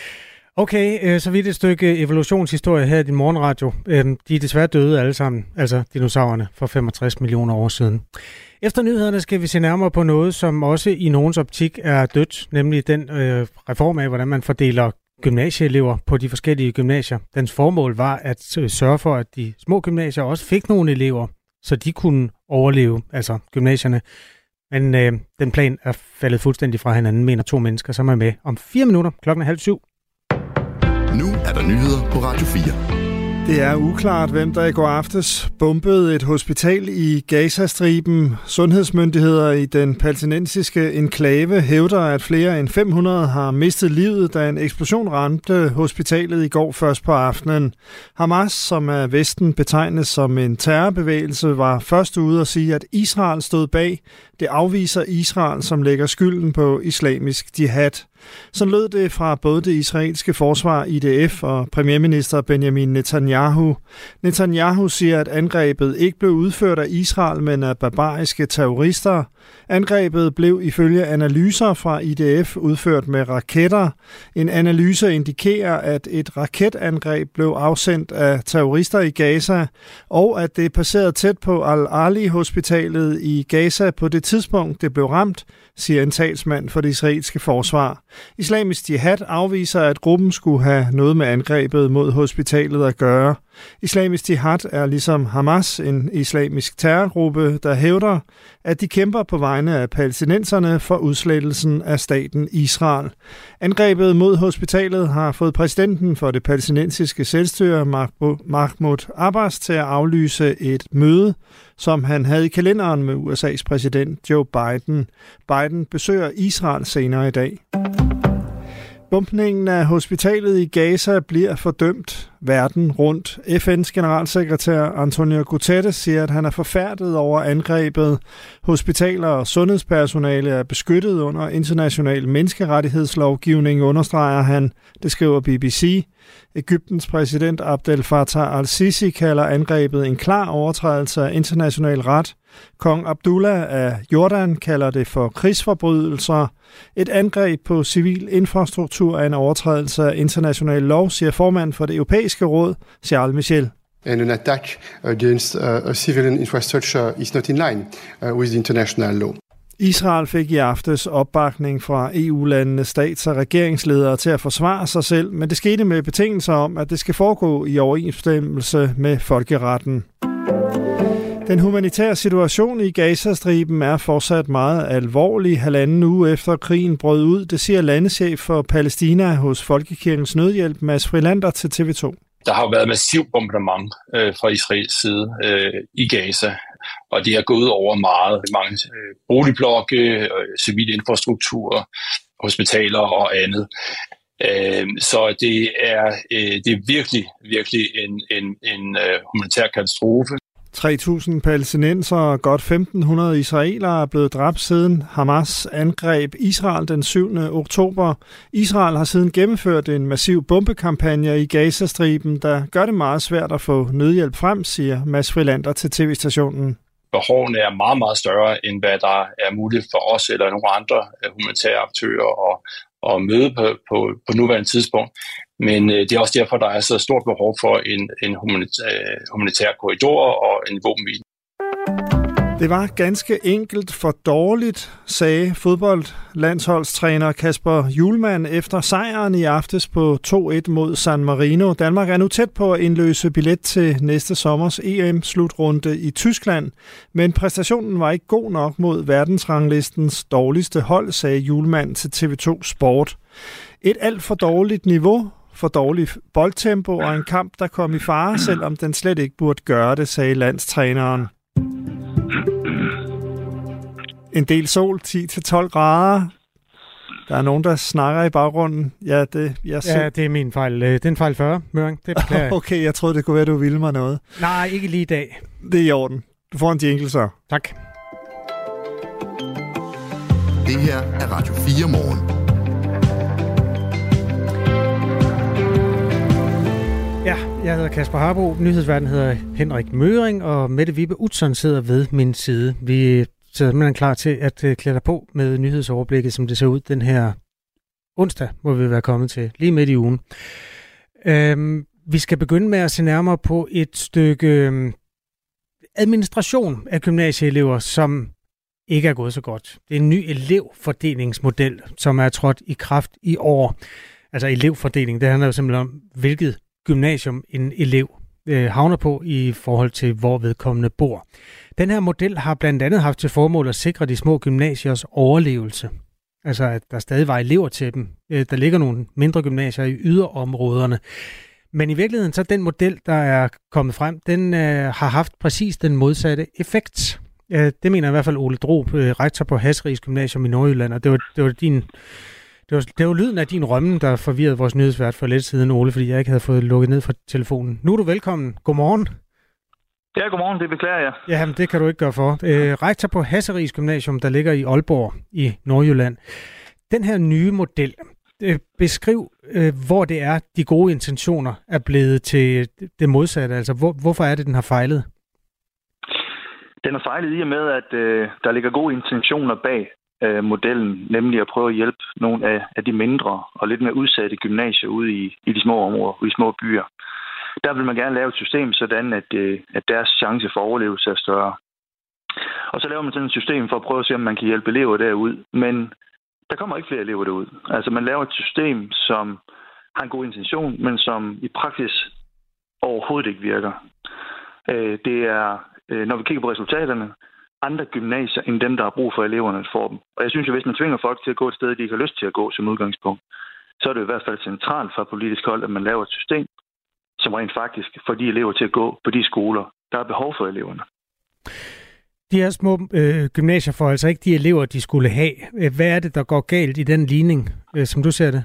Okay, så vidt et stykke evolutionshistorie her i din morgenradio. De er desværre døde alle sammen, altså dinosaurerne, for femogtres millioner år siden. Efter nyhederne skal vi se nærmere på noget, som også i nogens optik er dødt, nemlig den øh, reform af, hvordan man fordeler gymnasieelever på de forskellige gymnasier. Dens formål var at sørge for, at de små gymnasier også fik nogle elever, så de kunne overleve, altså gymnasierne. Men øh, den plan er faldet fuldstændig fra hinanden, mener to mennesker, som er med om fire minutter klokken halv syv. Nu er der nyheder på Radio fire. Det er uklart, hvem der i går aftes bombede et hospital i Gazastriben. Sundhedsmyndigheder i den palæstinensiske enklave hævder, at flere end fem hundrede har mistet livet, da en eksplosion ramte hospitalet i går først på aftenen. Hamas, som af Vesten betegnes som en terrorbevægelse, var først ude at sige, at Israel stod bag. Det afviser Israel, som lægger skylden på islamisk jihad. Så lød det fra både det israelske forsvar I D F og premierminister Benjamin Netanyahu. Netanyahu siger, at angrebet ikke blev udført af Israel, men af barbariske terrorister. Angrebet blev ifølge analyser fra I D F udført med raketter. En analyse indikerer, at et raketangreb blev afsendt af terrorister i Gaza, og at det passerede tæt på Al-Ali-hospitalet i Gaza på det tidspunkt, det blev ramt, siger en talsmand for det israelske forsvar. Islamisk Jihad afviser, at gruppen skulle have noget med angrebet mod hospitalet at gøre. Islamisk Jihad er ligesom Hamas en islamisk terrorgruppe, der hævder, at de kæmper på vegne af palæstinenserne for udslettelsen af staten Israel. Angrebet mod hospitalet har fået præsidenten for det palæstinensiske selvstyre, Mahmoud Abbas, til at aflyse et møde, som han havde i kalenderen med U S A's præsident Joe Biden. Biden besøger Israel senere i dag. Bombningen af hospitalet i Gaza bliver fordømt verden rundt. F N's generalsekretær Antonio Guterres siger, at han er forfærdet over angrebet. Hospitaler og sundhedspersonale er beskyttet under international menneskerettighedslovgivning, understreger han. Det skriver B B C. Egyptens præsident Abdel Fattah al-Sisi kalder angrebet en klar overtrædelse af international ret. Kong Abdullah af Jordan kalder det for krigsforbrydelser. Et angreb på civil infrastruktur er en overtrædelse af international lov, siger formand for det europæiske råd, Charles Michel. And an attack against a civilian infrastructure is not in line with international law. Israel fik i aftes opbakning fra E U-landenes stats- og regeringsledere til at forsvare sig selv, men det skete med betingelser om, at det skal foregå i overensstemmelse med folkeretten. Den humanitære situation i Gazastriben er fortsat meget alvorlig halvanden uge efter krigen brød ud. Det siger landeschef for Palæstina hos Folkekirkens Nødhjælp, Mads Frilander, til T V to. Der har jo været massiv bombardement øh, fra Israels side øh, i Gaza, og det er gået over meget. Mange øh, boligblokke, øh, civil infrastruktur, hospitaler og andet. Øh, så det er, øh, det er virkelig, virkelig en, en, en øh, humanitær katastrofe. tre tusind palæstinenser og godt femten hundrede israelere er blevet dræbt siden Hamas angreb Israel den syvende oktober. Israel har siden gennemført en massiv bombekampagne i Gazastriben, der gør det meget svært at få nødhjælp frem, siger Mads Frilander til T V-stationen. Behovene er meget, meget større, end hvad der er muligt for os eller nogle andre humanitære aktører at, at møde på, på, på nuværende tidspunkt. Men øh, det er også derfor, der er så stort behov for en, en humanitær, humanitær korridor og en våbenhvile. Det var ganske enkelt for dårligt, sagde fodboldlandsholdstræner Kasper Hjulmand efter sejren i aftes på to et mod San Marino. Danmark er nu tæt på at indløse billet til næste sommers E M-slutrunde i Tyskland, men præstationen var ikke god nok mod verdensranglistens dårligste hold, sagde Hjulmand til T V to Sport. Et alt for dårligt niveau, for dårligt boldtempo og en kamp, der kom i fare, selvom den slet ikke burde gøre det, sagde landstræneren. En del sol, ti til tolv grader. Der er nogen, der snakker i baggrunden. Ja, det, jeg ja, det er min fejl. Det er en fejl fyrre, Møring. Det beklager jeg. Okay, jeg troede, det kunne være, du ville mig noget. Nej, ikke lige i dag. Det er i orden. Du får en jingle så. Tak. Det her er Radio fire Morgen. Ja, jeg hedder Kasper Harbo. Nyhedsverden hedder Henrik Møring, og Mette Vibe Utzon sidder ved min side. Vi sidder simpelthen klar til at klæde dig på med nyhedsoverblikket, som det ser ud den her onsdag, hvor vi være kommet til lige midt i ugen. Øhm, vi skal begynde med at se nærmere på et stykke administration af gymnasieelever, som ikke er gået så godt. Det er en ny elevfordelingsmodel, som er trådt i kraft i år. Altså elevfordeling, det handler jo simpelthen om, hvilket gymnasium en elev øh, havner på i forhold til, hvor vedkommende bor. Den her model har blandt andet haft til formål at sikre de små gymnasiers overlevelse. Altså, at der stadig var elever til dem. Øh, der ligger nogle mindre gymnasier i yderområderne. Men i virkeligheden, så den model, der er kommet frem, den øh, har haft præcis den modsatte effekt. Øh, det mener i hvert fald Ole Drob, øh, rektor på Hasseris Gymnasium i Nordjylland, og det var, det var din... Det var, det var lyden af din rømme, der forvirrede vores nyhedsvært for lidt siden, Ole, fordi jeg ikke havde fået lukket ned fra telefonen. Nu er du velkommen. Godmorgen. Ja, godmorgen. Det beklager jeg. Jamen, det kan du ikke gøre for. Øh, rektor på Hasseris Gymnasium, der ligger i Aalborg i Nordjylland. Den her nye model, øh, beskriv, øh, hvor det er, de gode intentioner er blevet til det modsatte. Altså, hvor, hvorfor er det, den har fejlet? Den har fejlet i og med, at øh, der ligger gode intentioner bag modellen, nemlig at prøve at hjælpe nogle af, af de mindre og lidt mere udsatte gymnasier ude i, i de små områder, ude i små byer. Der vil man gerne lave et system, sådan at, at deres chance for overlevelse er større. Og så laver man sådan et system for at prøve at se, om man kan hjælpe elever derud. Men der kommer ikke flere elever derud. Altså man laver et system, som har en god intention, men som i praksis overhovedet ikke virker. Det er, når vi kigger på resultaterne, andre gymnasier end dem, der har brug for eleverne for dem. Og jeg synes jo, hvis man tvinger folk til at gå et sted, de ikke har lyst til at gå som udgangspunkt, så er det i hvert fald centralt fra politisk hold, at man laver et system, som rent faktisk får de elever til at gå på de skoler, der er behov for eleverne. De her små øh, gymnasier får altså ikke de elever, de skulle have. Hvad er det, der går galt i den ligning, øh, som du ser det?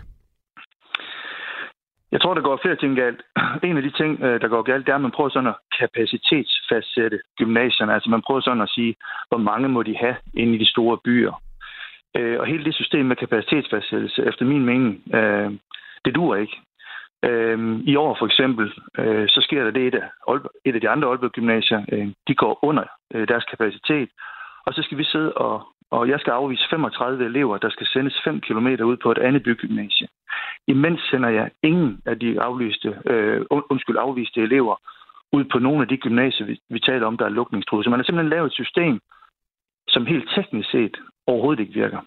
Jeg tror, der går flere ting galt. En af de ting, der går galt, det er, at man prøver sådan at kapacitetsfastsætte gymnasierne. Altså man prøver sådan at sige, hvor mange må de have inde i de store byer. Og hele det system med kapacitetsfastsættelse, efter min mening, det duer ikke. I år for eksempel, så sker der det, et af, et af de andre Aalborg-gymnasier, de går under deres kapacitet. Og så skal vi sidde og, og jeg skal afvise femogtredive elever, der skal sendes fem kilometer ud på et andet bygymnasie. Imens sender jeg ingen af de aflyste, øh, undskyld, afviste elever ud på nogle af de gymnasier, vi, vi taler om, der er lukningstruede. Så man har simpelthen lavet et system, som helt teknisk set overhovedet ikke virker.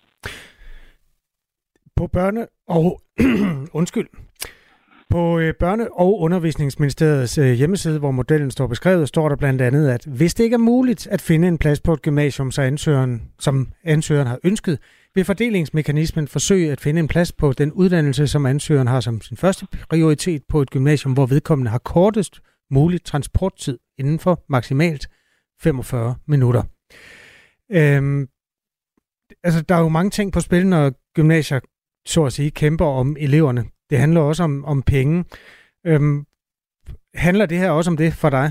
På børne- og undskyld. På Børne- og Undervisningsministeriets hjemmeside, hvor modellen står beskrevet, står der blandt andet, at hvis det ikke er muligt at finde en plads på et gymnasium, så ansøgeren, som ansøgeren har ønsket, vil fordelingsmekanismen forsøge at finde en plads på den uddannelse, som ansøgeren har som sin første prioritet på et gymnasium, hvor vedkommende har kortest muligt transporttid inden for maksimalt femogfyrre minutter. Øhm, altså, der er jo mange ting på spil, når gymnasier, så at sige, kæmper om eleverne. Det handler også om, om penge. Øhm, handler det her også om det for dig?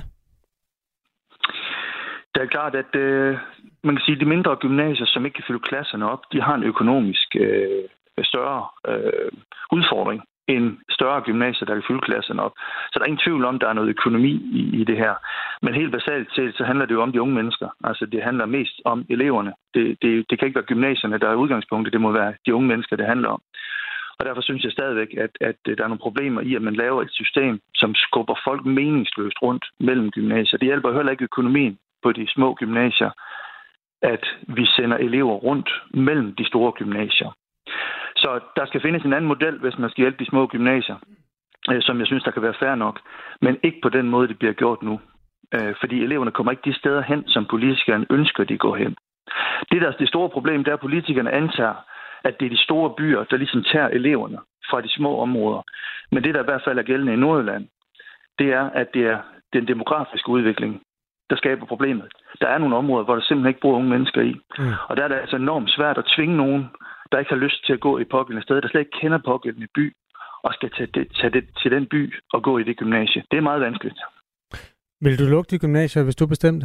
Det er klart, at øh, man kan sige, at de mindre gymnasier, som ikke kan fylde klasserne op, de har en økonomisk øh, større øh, udfordring end større gymnasier, der kan fylde klasserne op. Så der er ingen tvivl om, at der er noget økonomi i, i det her. Men helt basalt set, så handler det jo om de unge mennesker. Altså det handler mest om eleverne. Det, det, det kan ikke være gymnasierne, der er udgangspunktet. Det må være de unge mennesker, det handler om. Og derfor synes jeg stadigvæk, at, at der er nogle problemer i, at man laver et system, som skubber folk meningsløst rundt mellem gymnasier. Det hjælper heller ikke økonomien på de små gymnasier, at vi sender elever rundt mellem de store gymnasier. Så der skal findes en anden model, hvis man skal hjælpe de små gymnasier, som jeg synes, der kan være fair nok, men ikke på den måde, det bliver gjort nu. Fordi eleverne kommer ikke de steder hen, som politikerne ønsker, de går hen. Det, der er det store problem, det er, at politikerne antager, at det er de store byer, der ligesom tager eleverne fra de små områder. Men det, der i hvert fald er gældende i Nordjylland, det er, at det er den demografiske udvikling, der skaber problemet. Der er nogle områder, hvor der simpelthen ikke bor unge mennesker i. Mm. Og der er det altså enormt svært at tvinge nogen, der ikke har lyst til at gå i pågældende sted, der slet ikke kender pågældende by, og skal tage det, tage det til den by og gå i det gymnasie. Det er meget vanskeligt. Vil du lukke de gymnasier, hvis du bestemte?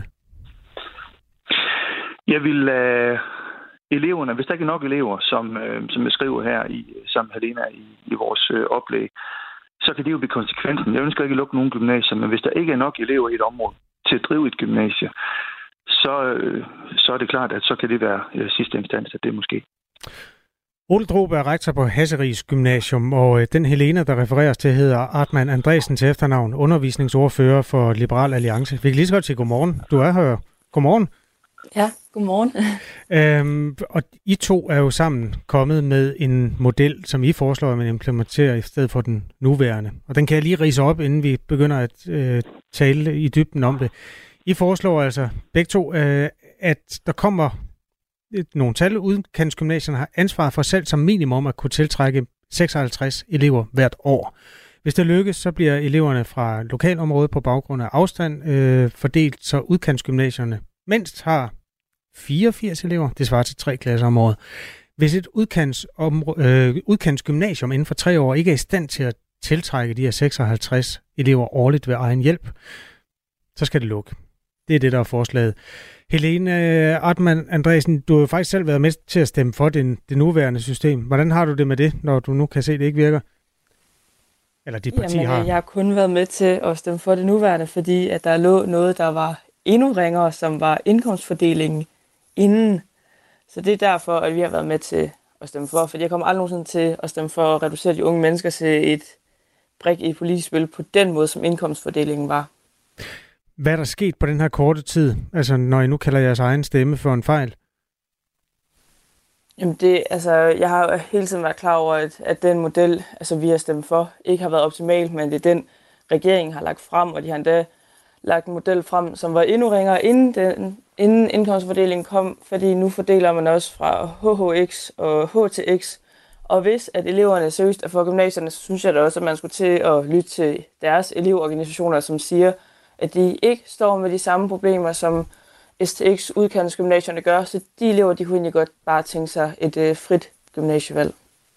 Jeg vil lade uh, eleverne, hvis der ikke er nok elever, som, uh, som jeg skriver her i, sammen med Helena i, i vores uh, oplæg, så kan det jo blive konsekvensen. Jeg ønsker ikke at lukke nogen gymnasier, men hvis der ikke er nok elever i et område til at drive et gymnasie, så, uh, så er det klart, at så kan det være uh, sidste instans, at det måske. Ole Drob er rektor på Hasseris Gymnasium, og den Helena, der refereres til, hedder Artmann Andresen til efternavn, undervisningsordfører for Liberal Alliance. Vi kan lige så godt sige godmorgen. Du er her. Godmorgen. Ja, godmorgen. Øhm, og I to er jo sammen kommet med en model, som I foreslår, at man implementerer i stedet for den nuværende. Og den kan jeg lige ridse op, inden vi begynder at øh, tale i dybden om det. I foreslår altså begge to, øh, at der kommer nogle tal. Udkantsgymnasierne har ansvar for selv som minimum at kunne tiltrække seksoghalvtreds elever hvert år. Hvis det lykkes, så bliver eleverne fra lokalområdet på baggrund af afstand øh, fordelt, så udkantsgymnasierne mindst har fireogfirs elever. Det svarer til tre klasser om året. Hvis et udkants, øh, udkantsgymnasium inden for tre år ikke er i stand til at tiltrække de her seksoghalvtreds elever årligt ved egen hjælp, så skal det lukke. Det er det, der er forslaget. Helene Artmann Andresen, du har jo faktisk selv været med til at stemme for det, det nuværende system. Hvordan har du det med det, når du nu kan se, at det ikke virker? Eller dit parti Jamen, har? Jeg har kun været med til at stemme for det nuværende, fordi at der lå noget, der var endnu ringere, som var indkomstfordelingen inden. Så det er derfor, at vi har været med til at stemme for, fordi jeg kommer aldrig nogensinde til at stemme for at reducere de unge mennesker til et brik i et politisk spil på den måde, som indkomstfordelingen var. Hvad er der sket på den her korte tid, altså når I nu kalder jeres egen stemme for en fejl? Jamen det, altså, jeg har hele tiden været klar over, at, at den model, altså vi har stemt for, ikke har været optimal, men det er den, regeringen har lagt frem, og de har endda lagt en model frem, som var endnu ringere, inden, den, inden indkomstfordelingen kom, fordi nu fordeler man også fra H H X og H T X, og hvis at eleverne seriøst er for gymnasierne, så synes jeg da også, at man skulle til at lytte til deres elevorganisationer, som siger, at de ikke står med de samme problemer, som S T X udkantsgymnasierne gør, så de elever, de kunne egentlig godt bare tænke sig et øh, frit gymnasievalg.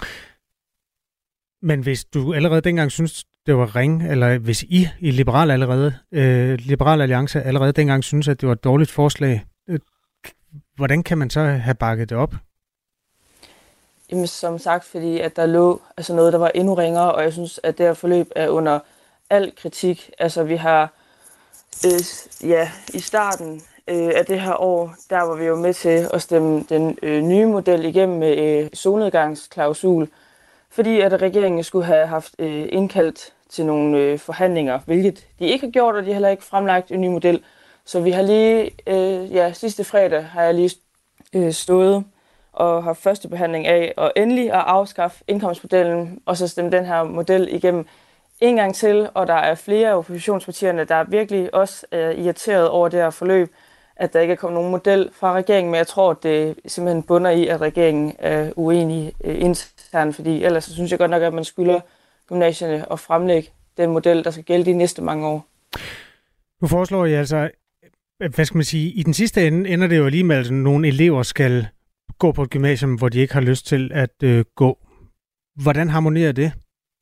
Men hvis du allerede dengang synes det var ring, eller hvis I i Liberal allerede, øh, Liberal Alliance allerede dengang synes at det var et dårligt forslag, øh, hvordan kan man så have bakket det op? Jamen, som sagt, fordi at der lå altså noget, der var endnu ringere, og jeg synes, at det her forløb er under al kritik. Altså, vi har øh, ja, i starten øh, af det her år, der var vi jo med til at stemme den øh, nye model igennem med øh, solnedgangsklausul, fordi at regeringen skulle have haft øh, indkaldt til nogle øh, forhandlinger, hvilket de ikke har gjort, og de har heller ikke fremlagt en ny model. Så vi har lige, øh, ja, sidste fredag har jeg lige øh, stået og har første behandling af, og endelig at afskaffe indkomstmodellen, og så stemme den her model igennem en gang til, og der er flere af oppositionspartierne, der er virkelig også øh, irriteret over det her forløb, at der ikke er kommet nogen model fra regeringen, men jeg tror, at det simpelthen bunder i, at regeringen er uenig øh, internt, fordi ellers så synes jeg godt nok, at man skylder gymnasierne at fremlægge den model, der skal gælde de næste mange år. Nu foreslår I altså, hvad skal man sige, i den sidste ende ender det jo lige med, at nogle elever skal gå på et gymnasium, hvor de ikke har lyst til at øh, gå. Hvordan harmonerer det?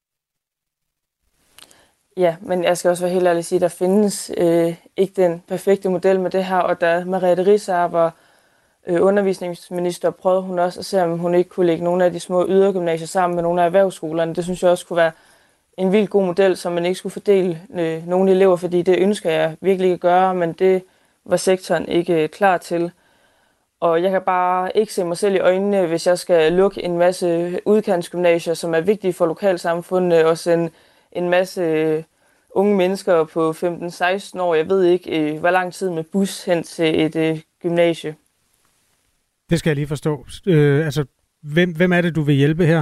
Ja, men jeg skal også være helt ærlig at sige, at der findes øh, ikke den perfekte model med det her, og da Merete Riisager var øh, undervisningsminister, prøvede hun også at se, om hun ikke kunne lægge nogle af de små ydergymnasier sammen med nogle af erhvervsskolerne. Det synes jeg også kunne være en vildt god model, som man ikke skulle fordele øh, nogle elever, fordi det ønsker jeg virkelig at gøre, men det var sektoren ikke øh, klar til. Og jeg kan bare ikke se mig selv i øjnene, hvis jeg skal lukke en masse udkantsgymnasier, som er vigtige for lokalsamfundet, og sende en masse unge mennesker på femten seksten år. Jeg ved ikke, hvor lang tid med bus hen til et øh, gymnasie. Det skal jeg lige forstå. Øh, altså, hvem, hvem er det, du vil hjælpe her?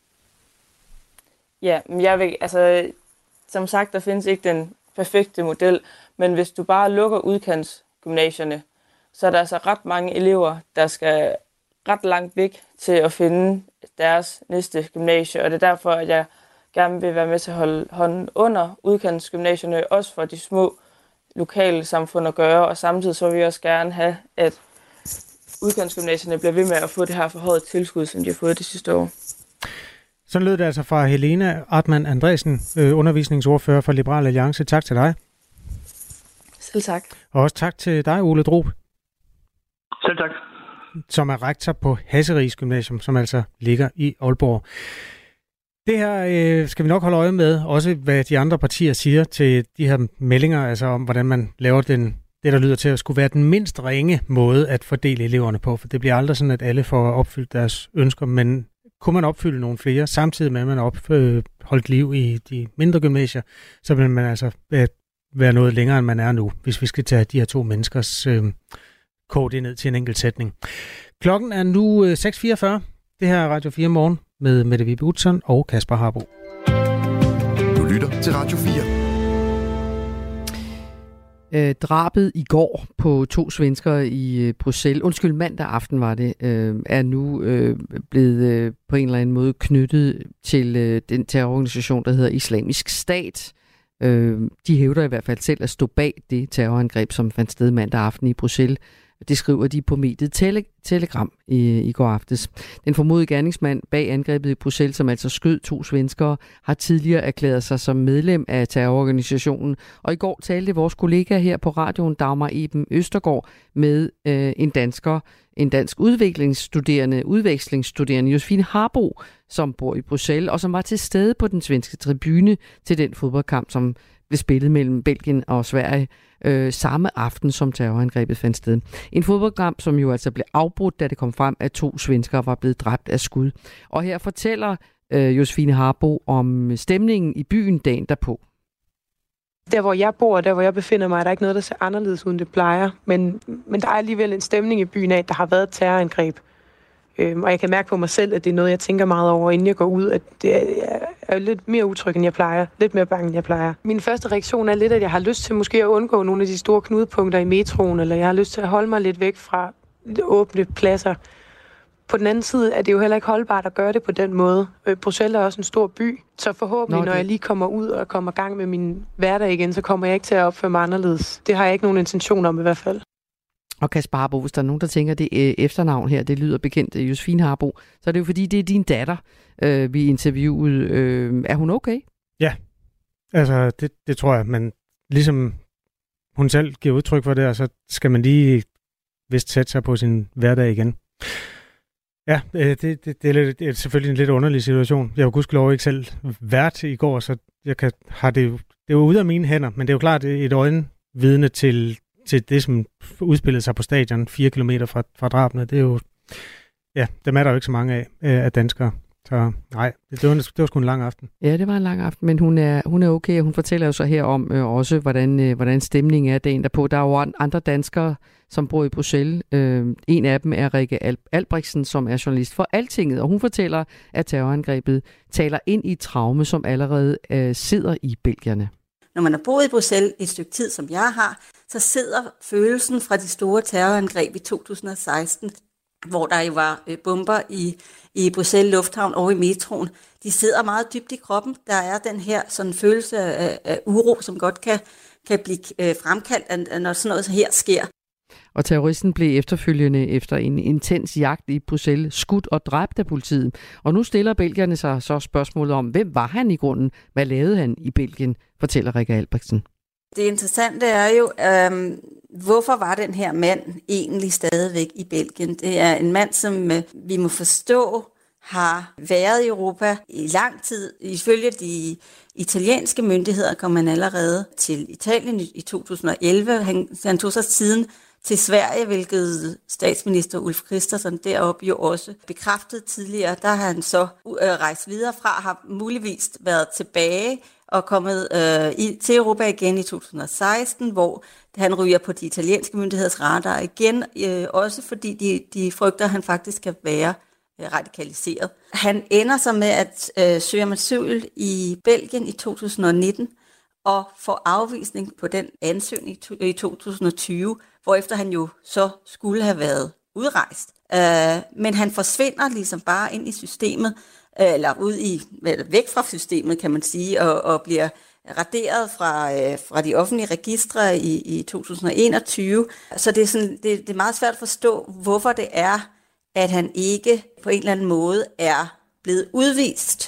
Ja, men jeg vil, altså, som sagt, der findes ikke den perfekte model, men hvis du bare lukker udkantsgymnasierne, så er der altså ret mange elever, der skal ret langt væk til at finde deres næste gymnasie, og det er derfor, at jeg gerne vil være med til at holde hånden under udkantsgymnasierne, også for de små lokale samfund at gøre, og samtidig så vil vi også gerne have, at udkantsgymnasierne bliver ved med at få det her forhøjet tilskud, som de har fået det sidste år. Sådan lød det altså fra Helene Artmann Andresen, undervisningsordfører for Liberal Alliance. Tak til dig. Selv tak. Og også tak til dig, Ole Drob. Selv tak. Som er rektor på Hasseris Gymnasium, som altså ligger i Aalborg. Det her øh, skal vi nok holde øje med, også hvad de andre partier siger til de her meldinger, altså om hvordan man laver den, det, der lyder til at skulle være den mindst ringe måde at fordele eleverne på, for det bliver aldrig sådan, at alle får opfyldt deres ønsker, men kunne man opfylde nogle flere, samtidig med at man opholdt liv i de mindre gymnasier, så vil man altså være noget længere, end man er nu, hvis vi skal tage de her to menneskers øh, kode ned til en enkelt sætning. Klokken er nu øh, seks fireogfyrre. Det her er Radio fire Morgen med Mette Vibe Utzon og Kasper Harbo. Du lytter til Radio fire. Øh, drabet i går på to svenskere i øh, Bruxelles, undskyld, mandag aften var det, øh, er nu øh, blevet øh, på en eller anden måde knyttet til øh, den terrororganisation, der hedder Islamisk Stat. Øh, de hævder i hvert fald selv at stå bag det terrorangreb, som fandt sted mandag aften i Bruxelles. Det skriver de på mediet Tele- Telegram i, i går aftes. Den formodede gerningsmand bag angrebet i Bruxelles, som altså skød to svenskere, har tidligere erklæret sig som medlem af terrororganisationen. Og i går talte vores kollega her på radioen, Dagmar Eben Østergaard, med øh, en dansker, en dansk udviklingsstuderende, udvekslingsstuderende, Josefine Harbo, som bor i Bruxelles, og som var til stede på den svenske tribune til den fodboldkamp, som blev spillet mellem Belgien og Sverige øh, samme aften, som terrorangrebet fandt sted. En fodboldkamp, som jo altså blev afbrudt, da det kom frem, at to svenskere var blevet dræbt af skud. Og her fortæller øh, Josefine Harbo om stemningen i byen dagen derpå. Der, hvor jeg bor, der, hvor jeg befinder mig, er der ikke noget, der ser anderledes ud, end det plejer. Men, men der er alligevel en stemning i byen af, at der har været et terrorangreb. Øhm, og jeg kan mærke på mig selv, at det er noget, jeg tænker meget over, inden jeg går ud, at det er, jeg er lidt mere utryg, end jeg plejer. Lidt mere bange, end jeg plejer. Min første reaktion er lidt, at jeg har lyst til måske at undgå nogle af de store knudepunkter i metroen, eller jeg har lyst til at holde mig lidt væk fra åbne pladser. På den anden side er det jo heller ikke holdbart at gøre det på den måde. Øh, Bruxelles er også en stor by, så forhåbentlig, Nå, når jeg lige kommer ud og kommer i gang med min hverdag igen, så kommer jeg ikke til at opføre mig anderledes. Det har jeg ikke nogen intention om i hvert fald. Og Kasper Harbo, hvis der er nogen, der tænker, det øh, efternavn her, det lyder bekendt, Josefine Harbo, så er det jo fordi, det er din datter, øh, vi interviewede. Øh, er hun okay? Ja, altså det, det tror jeg, men ligesom hun selv giver udtryk for det, og så skal man lige vist sætte sig på sin hverdag igen. Ja, øh, det, det, det, er lidt, det er selvfølgelig en lidt underlig situation. Jeg har jo gudskelov ikke selv været i går, så jeg kan, har det, det er jo ude af mine hænder, men det er jo klart et øjenvidne til til det, som udspillede sig på stadion fire kilometer fra, fra drabene. Det er jo, ja, dem er der jo ikke så mange af, af danskere. Så nej, det, det, var, det var sgu en lang aften. Ja, det var en lang aften, men hun er, hun er okay, og hun fortæller jo så her om øh, også, hvordan, øh, hvordan stemningen er dagen derpå. Der er jo andre danskere, som bor i Bruxelles. Øh, en af dem er Rikke Al- Albrechtsen, som er journalist for Altinget, og hun fortæller, at terrorangrebet taler ind i et traume, som allerede øh, sidder i belgierne. Når man har boet i Bruxelles et stykke tid, som jeg har, så sidder følelsen fra de store terrorangreb i to tusind og seksten, hvor der jo var bomber i, i Bruxelles Lufthavn og i metroen, de sidder meget dybt i kroppen. Der er den her sådan følelse af, af uro, som godt kan, kan blive øh, fremkaldt, når sådan noget her sker. Og terroristen blev efterfølgende efter en intens jagt i Bruxelles skudt og dræbt af politiet. Og nu stiller belgierne sig så spørgsmålet om, hvem var han i grunden? Hvad lavede han i Belgien, fortæller Rikke Albrechtsen. Det interessante er jo, øhm, hvorfor var den her mand egentlig stadigvæk i Belgien? Det er en mand, som øh, vi må forstå har været i Europa i lang tid. Ifølge de italienske myndigheder kom han allerede til Italien i to tusind og elleve. Han, han tog sig siden til Sverige, hvilket statsminister Ulf Kristersson deroppe jo også bekræftede tidligere. Der har han så øh, rejst videre fra, har muligvis været tilbage og kommet øh, i, til Europa igen i to tusind og seksten, hvor han ryger på de italienske myndigheders radar igen, øh, også fordi de, de frygter, at han faktisk kan være øh, radikaliseret. Han ender så med at øh, søge om asyl i Belgien i to tusind og nitten, og får afvisning på den ansøgning i to tusind og tyve, hvorefter han jo så skulle have været udrejst. Øh, men han forsvinder ligesom bare ind i systemet, øh, eller ud i, væk fra systemet, kan man sige, og, og bliver raderet fra, øh, fra de offentlige registre i, i to tusind og enogtyve. Så det er, sådan, det, det er meget svært at forstå, hvorfor det er, at han ikke på en eller anden måde er blevet udvist.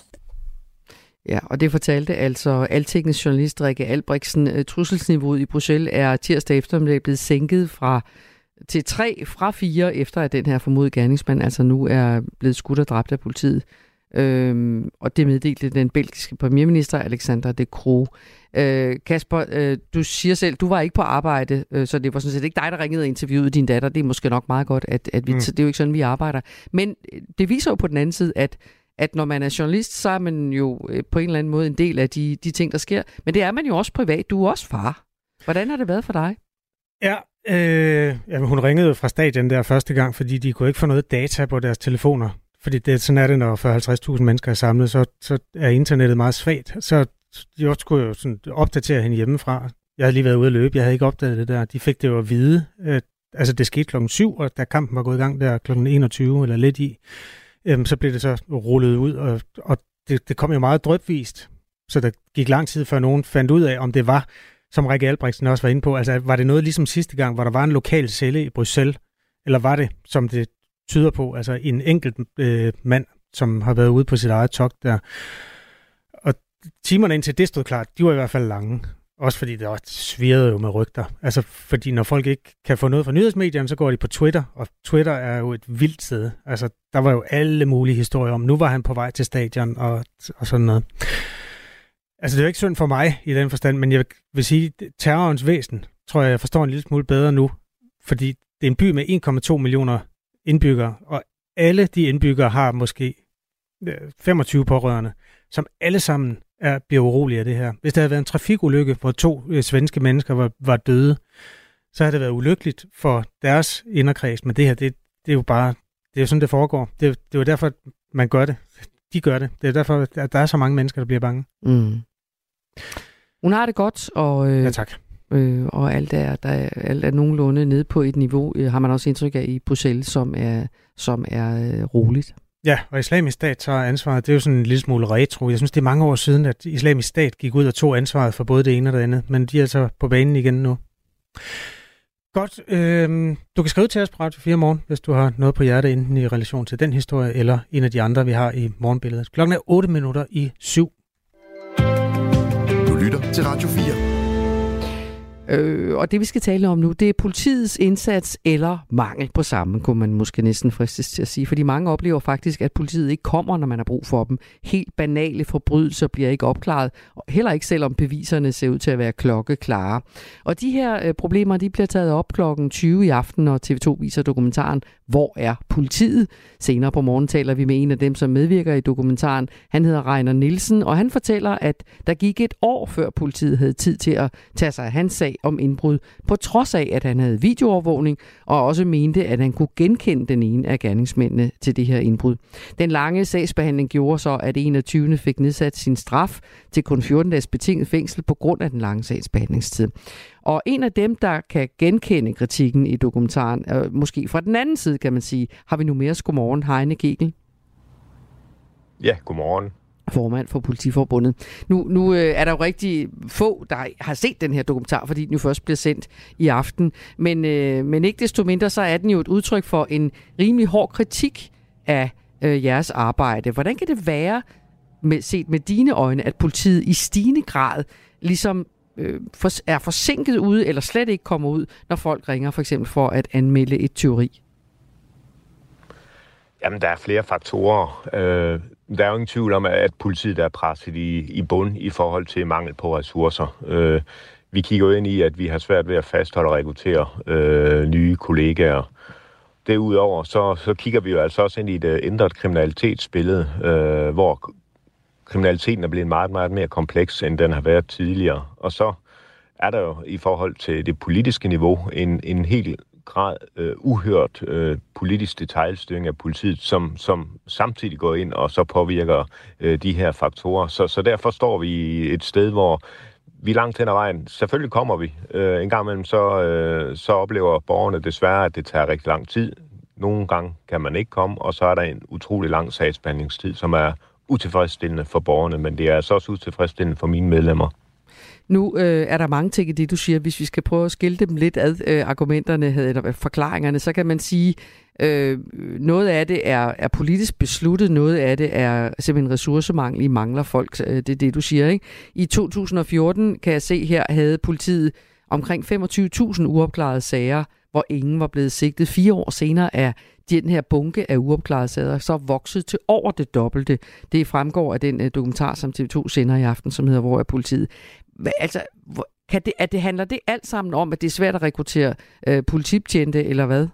Ja, og det fortalte altså Altingets journalist Rikke Albrechtsen. Trusselsniveauet i Bruxelles er tirsdag eftermiddag blevet sænket fra til tre fra fire, efter at den her formodede gerningsmand altså nu er blevet skudt og dræbt af politiet. Øhm, og det meddelte den belgiske premierminister Alexander De Croo. Øh, Kasper, øh, du siger selv, du var ikke på arbejde, øh, så det var sådan set ikke dig, der ringede og interviewede din datter. Det er måske nok meget godt, at, at vi, mm. det er jo ikke sådan, vi arbejder. Men det viser jo på den anden side, at at når man er journalist, så er man jo på en eller anden måde en del af de, de ting, der sker. Men det er man jo også privat. Du er også far. Hvordan har det været for dig? Ja, øh, jamen, hun ringede fra stadion der første gang, fordi de kunne ikke få noget data på deres telefoner. Fordi det, sådan er det, når fyrre til halvtreds tusind mennesker er samlet, så, så er internettet meget svagt. Så de også skulle jo sådan opdatere hende hjemmefra. Jeg havde lige været ude at løbe, jeg havde ikke opdaget det der. De fik det jo at vide. Øh, altså, det skete klokken syv, og da kampen var gået i gang der klokken enogtyve, eller lidt i, øh, så blev det så rullet ud, og, og det, det kom jo meget drypvist. Så der gik lang tid, før nogen fandt ud af, om det var, som Rikke Albrechtsen også var inde på, altså var det noget ligesom sidste gang, hvor der var en lokal celle i Bruxelles, eller var det, som det tyder på, altså en enkelt øh, mand, som har været ude på sit eget togt der. Og timerne indtil det stod klart, de var i hvert fald lange. Også fordi det også svirrede jo med rygter. Altså fordi når folk ikke kan få noget fra nyhedsmedierne, så går de på Twitter, og Twitter er jo et vildt sted. Altså der var jo alle mulige historier om, nu var han på vej til stadion og, og sådan noget. Altså det er jo ikke synd for mig i den forstand, men jeg vil sige, terrorens væsen, tror jeg, jeg forstår en lille smule bedre nu, fordi det er en by med en komma to millioner indbyggere, og alle de indbyggere har måske femogtyve pårørende, som alle sammen er, bliver urolige af det her. Hvis der havde været en trafikulykke, hvor to øh, svenske mennesker var, var døde, så havde det været ulykkeligt for deres inderkreds, men det her, det, det er jo bare, det er jo sådan, det foregår. Det, det er jo derfor, man gør det. De gør det. Det er derfor, at der er så mange mennesker, der bliver bange. Mm. Hun har det godt, og, øh, ja, tak. Øh, og alt er, der er, alt er nogenlunde nede på et niveau, øh, har man også indtryk af i Bruxelles, som er, som er øh, roligt. Ja, og Islamisk Stat tager ansvaret. Det er jo sådan en lille smule retro. Jeg synes, det er mange år siden, at Islamisk Stat gik ud og tog ansvaret for både det ene og det andet, men de er altså på banen igen nu. Godt. Øh, du kan skrive til os på Radio fire Morgen, hvis du har noget på hjertet, enten i relation til den historie, eller en af de andre, vi har i morgenbilledet. Klokken er otte minutter i syv. Du lytter til Radio fire. Øh, og det vi skal tale om nu, det er politiets indsats eller mangel på samme, kunne man måske næsten fristes til at sige. Fordi mange oplever faktisk, at politiet ikke kommer, når man har brug for dem. Helt banale forbrydelser bliver ikke opklaret, og heller ikke selvom beviserne ser ud til at være klokkeklare. Og de her øh, problemer, de bliver taget op klokken tyve i aften, når T V to viser dokumentaren Hvor er politiet? Senere på morgen taler vi med en af dem, som medvirker i dokumentaren. Han hedder Reiner Nielsen, og han fortæller, at der gik et år før politiet havde tid til at tage sig af hans sag om indbrud, på trods af, at han havde videoovervågning, og også mente, at han kunne genkende den ene af gerningsmændene til det her indbrud. Den lange sagsbehandling gjorde så, at enogtyvende fik nedsat sin straf til kun fjorten dages betinget fængsel på grund af den lange sagsbehandlingstid. Og en af dem, der kan genkende kritikken i dokumentaren, øh, måske fra den anden side, kan man sige, har vi nu mere. Godmorgen, Heine Kegel. Ja, godmorgen. Formand for Politiforbundet. Nu, nu øh, er der jo rigtig få, der har set den her dokumentar, fordi den jo først bliver sendt i aften. Men, øh, men ikke desto mindre, så er den jo et udtryk for en rimelig hård kritik af øh, jeres arbejde. Hvordan kan det være, med, set med dine øjne, at politiet i stigende grad ligesom øh, for, er forsinket ude, eller slet ikke kommer ud, når folk ringer for eksempel for at anmelde et tyveri? Jamen, der er flere faktorer. Øh, der er jo ingen tvivl om, at politiet er presset i, i bund i forhold til mangel på ressourcer. Øh, vi kigger jo ind i, at vi har svært ved at fastholde og rekruttere øh, nye kollegaer. Derudover så, så kigger vi jo altså også ind i et uh, ændret kriminalitetsbillede, øh, hvor kriminaliteten er blevet meget, meget mere kompleks, end den har været tidligere. Og så er der jo i forhold til det politiske niveau en, en helt grad øh, uhørt øh, politisk detailstyring af politiet, som, som samtidig går ind og så påvirker øh, de her faktorer. Så, så derfor står vi et sted, hvor vi langt hen ad vejen, selvfølgelig kommer vi. Øh, en gang imellem så, øh, så oplever borgerne desværre, at det tager rigtig lang tid. Nogle gange kan man ikke komme, og så er der en utrolig lang sagsbehandlingstid, som er utilfredsstillende for borgerne, men det er altså også utilfredsstillende for mine medlemmer. Nu øh, er der mange ting i det, du siger. Hvis vi skal prøve at skille dem lidt ad, øh, argumenterne eller forklaringerne, så kan man sige, øh, noget af det er, er politisk besluttet, noget af det er simpelthen ressourcemangel, I mangler folk. Øh, det er det, du siger, ikke? I to tusind og fjorten, kan jeg se her, havde politiet omkring femogtyve tusind uopklarede sager, hvor ingen var blevet sigtet. Fire år senere er den her bunke af uopklarede sager så vokset til over det dobbelte. Det fremgår af den uh, dokumentar, som T V to sender i aften, som hedder Hvor er politiet? Hva, altså, kan det, at det handler det alt sammen om, at det er svært at rekruttere uh, politibetjente, eller hvad?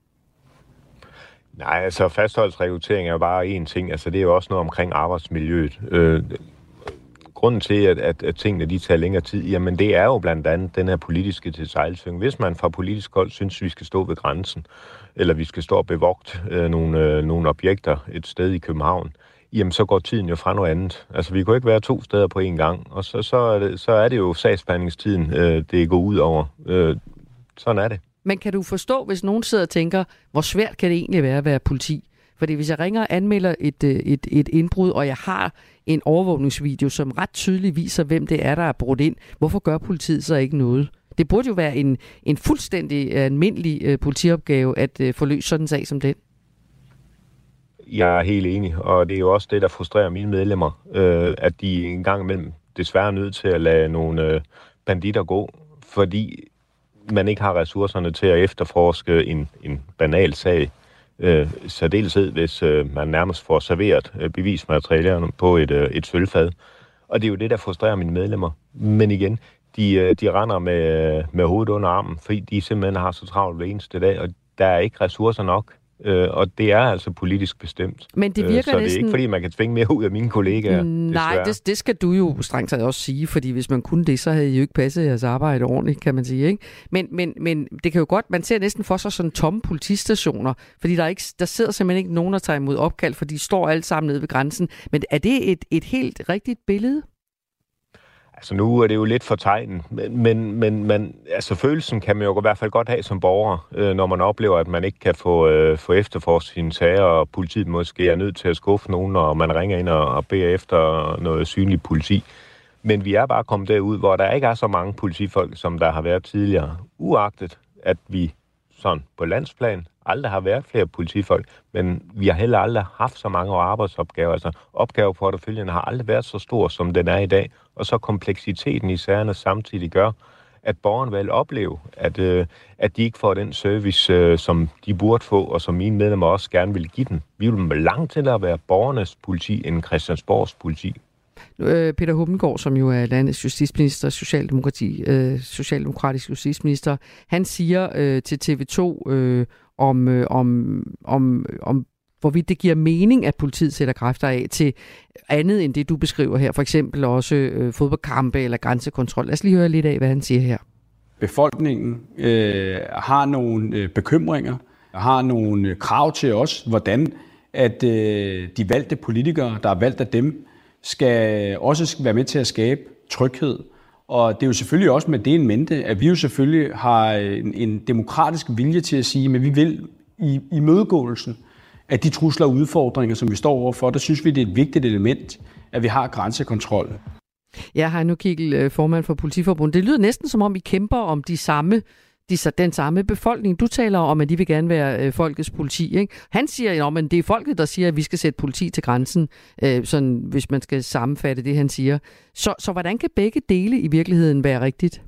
Nej, altså fastholdelsesrekruttering er jo bare én ting. Altså det er jo også noget omkring arbejdsmiljøet. Øh, grunden til, at, at, at tingene de tager længere tid, jamen det er jo blandt andet den her politiske detailstyring. Hvis man fra politisk hold synes, vi skal stå ved grænsen, eller vi skal stå og bevogte øh, nogle, øh, nogle objekter et sted i København, jamen så går tiden jo fra noget andet. Altså vi kan jo ikke være to steder på én gang, og så, så, er, det, så er det jo sagsbehandlingstiden, øh, det går ud over. Øh, sådan er det. Men kan du forstå, hvis nogen sidder og tænker, hvor svært kan det egentlig være at være politi? Fordi hvis jeg ringer og anmelder et, et, et indbrud, og jeg har en overvågningsvideo, som ret tydeligt viser, hvem det er, der er brudt ind, hvorfor gør politiet så ikke noget? Det burde jo være en, en fuldstændig almindelig uh, politiopgave at uh, få løst sådan en sag som den. Jeg er helt enig, og det er jo også det, der frustrerer mine medlemmer, øh, at de en gang imellem desværre er nødt til at lade nogle øh, banditter gå, fordi man ikke har ressourcerne til at efterforske en, en banal sag. Øh, særdeleshed, hvis øh, man nærmest får serveret øh, bevismaterialerne på et, øh, et sølvfad. Og det er jo det, der frustrerer mine medlemmer. Men igen, de, øh, de render med, med hovedet under armen, fordi de simpelthen har så travlt hver eneste dag, og der er ikke ressourcer nok. Øh, og det er altså politisk bestemt. Men det virker øh, så det er næsten... ikke, fordi man kan tvinge mere ud af mine kollegaer. Nej, det, det skal du jo strengt taget også sige, fordi hvis man kunne det, så havde I jo ikke passet jeres arbejde ordentligt, kan man sige, ikke? Men, men, men det kan jo godt, man ser næsten for sig sådan tomme politistationer, fordi der, ikke, der sidder simpelthen ikke nogen, der tager imod opkald, for de står alle sammen nede ved grænsen. Men er det et, et helt rigtigt billede? Altså nu er det jo lidt for tegnen, men, men, men man, altså følelsen kan man jo i hvert fald godt have som borger, øh, når man oplever, at man ikke kan få, øh, få efterforsket sine sager, og politiet måske er nødt til at skuffe nogen, når man ringer ind og, og beder efter noget synligt politi. Men vi er bare kommet derud, hvor der ikke er så mange politifolk, som der har været tidligere, uagtet at vi sådan på landsplan aldrig har været flere politifolk, men vi har heller aldrig haft så mange arbejdsopgaver. Altså opgaveporteføljen har aldrig været så stor, som den er i dag, og så kompleksiteten i sagerne samtidig gør, at borgerne vil opleve, at, øh, at de ikke får den service, øh, som de burde få, og som mine medlemmer også gerne vil give den. Vi vil langt til at være borgernes politi end Christiansborgs politi. Peter Hummelgaard, som jo er landets justitsminister, socialdemokrati, øh, socialdemokratisk justitsminister, han siger øh, til T V to øh, om, øh, om, om, om hvorvidt det giver mening, at politiet sætter kræfter af til andet end det, du beskriver her. For eksempel også øh, fodboldkampe eller grænsekontrol. Lad os lige høre lidt af, hvad han siger her. Befolkningen øh, har nogle øh, bekymringer, har nogle øh, krav til os, hvordan at øh, de valgte politikere, der er valgt af dem, skal også være med til at skabe tryghed. Og det er jo selvfølgelig også med det en mente, at vi jo selvfølgelig har en, en demokratisk vilje til at sige, men vi vil i, i mødegåelsen af de trusler og udfordringer, som vi står overfor, der synes vi, det er et vigtigt element, at vi har grænsekontrol. Ja, Heino Kigel, formand for Politiforbundet. Det lyder næsten som om, I kæmper om de samme De, den samme befolkning. Du taler om, at de vil gerne være øh, folkets politi. Ikke? Han siger, at det er folket, der siger, at vi skal sætte politi til grænsen, øh, sådan, hvis man skal sammenfatte det, han siger. Så, så hvordan kan begge dele i virkeligheden være rigtigt?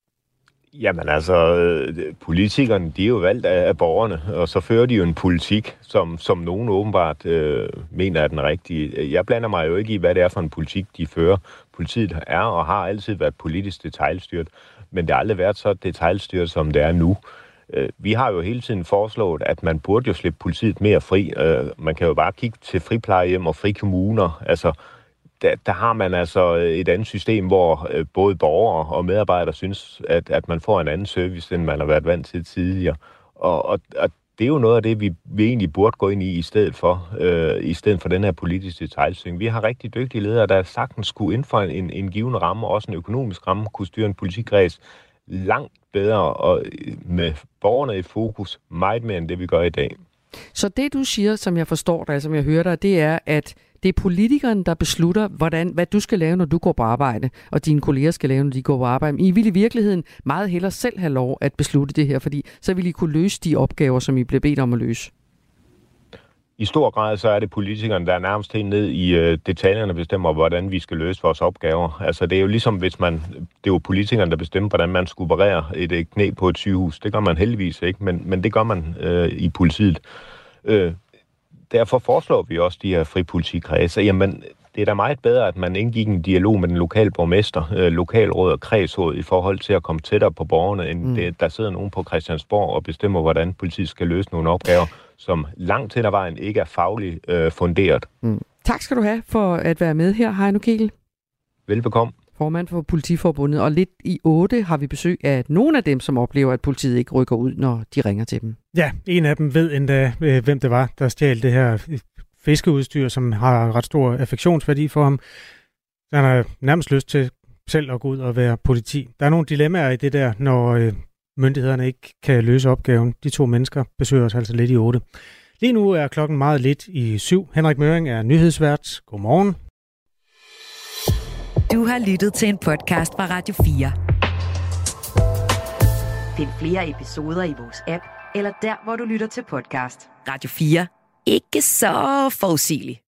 Jamen altså, politikerne, de er jo valgt af, af borgerne, og så fører de jo en politik, som, som nogen åbenbart øh, mener er den rigtige. Jeg blander mig jo ikke i, hvad det er for en politik, de fører. Politiet er og har altid været politisk detailstyret, men det har aldrig været så detailstyret, som det er nu. Vi har jo hele tiden foreslået, at man burde jo slippe politiet mere fri. Man kan jo bare kigge til friplejehjem og frikommuner. Altså, der, der har man altså et andet system, hvor både borgere og medarbejdere synes, at, at man får en anden service, end man har været vant til tidligere. Og, og, og det er jo noget af det, vi, vi egentlig burde gå ind i, i stedet for, øh, i stedet for den her politiske detailstyring. Vi har rigtig dygtige ledere, der sagtens skulle inden for en, en given ramme, også en økonomisk ramme, kunne styre en politikreds langt bedre og med borgerne i fokus meget mere end det, vi gør i dag. Så det, du siger, som jeg forstår dig, som jeg hører dig, det er, at det er politikeren, der beslutter, hvordan, hvad du skal lave, når du går på arbejde, og dine kolleger skal lave, når de går på arbejde. Men I vil i virkeligheden meget hellere selv have lov at beslutte det her, fordi så vil I kunne løse de opgaver, som I bliver bedt om at løse. I stor grad så er det politikerne, der er nærmest helt ned i øh, detaljerne bestemmer, hvordan vi skal løse vores opgaver. Altså det er jo ligesom, hvis man, det er jo politikerne, der bestemmer, hvordan man skal operere et, et knæ på et sygehus. Det gør man heldigvis ikke, men, men det gør man øh, i politiet. Øh, derfor foreslår vi også de her fripolitikredse. Jamen, det er da meget bedre, at man indgik en dialog med den lokale borgmester, øh, lokalråd og kredsråd i forhold til at komme tættere på borgerne, end mm. det, der sidder nogen på Christiansborg og bestemmer, hvordan politiet skal løse nogle opgaver, som langt hen ad vejen ikke er fagligt øh, funderet. Mm. Tak skal du have for at være med her, Heino Kigel. Velbekomme. Formand for Politiforbundet, og lidt i otte har vi besøg af nogle af dem, som oplever, at politiet ikke rykker ud, når de ringer til dem. Ja, en af dem ved endda, hvem det var, der stjal det her fiskeudstyr, som har ret stor affektionsværdi for ham. Så han har nærmest lyst til selv at gå ud og være politi. Der er nogle dilemmaer i det der, når øh, myndighederne ikke kan løse opgaven. De to mennesker besøger os altså lidt i otte. Lige nu er klokken meget lidt i syv. Henrik Møring er nyhedsvært. Godmorgen. Du har lyttet til en podcast fra Radio fire. Find flere episoder i vores app, eller der, hvor du lytter til podcast. Radio fire. Ikke så forudsigeligt.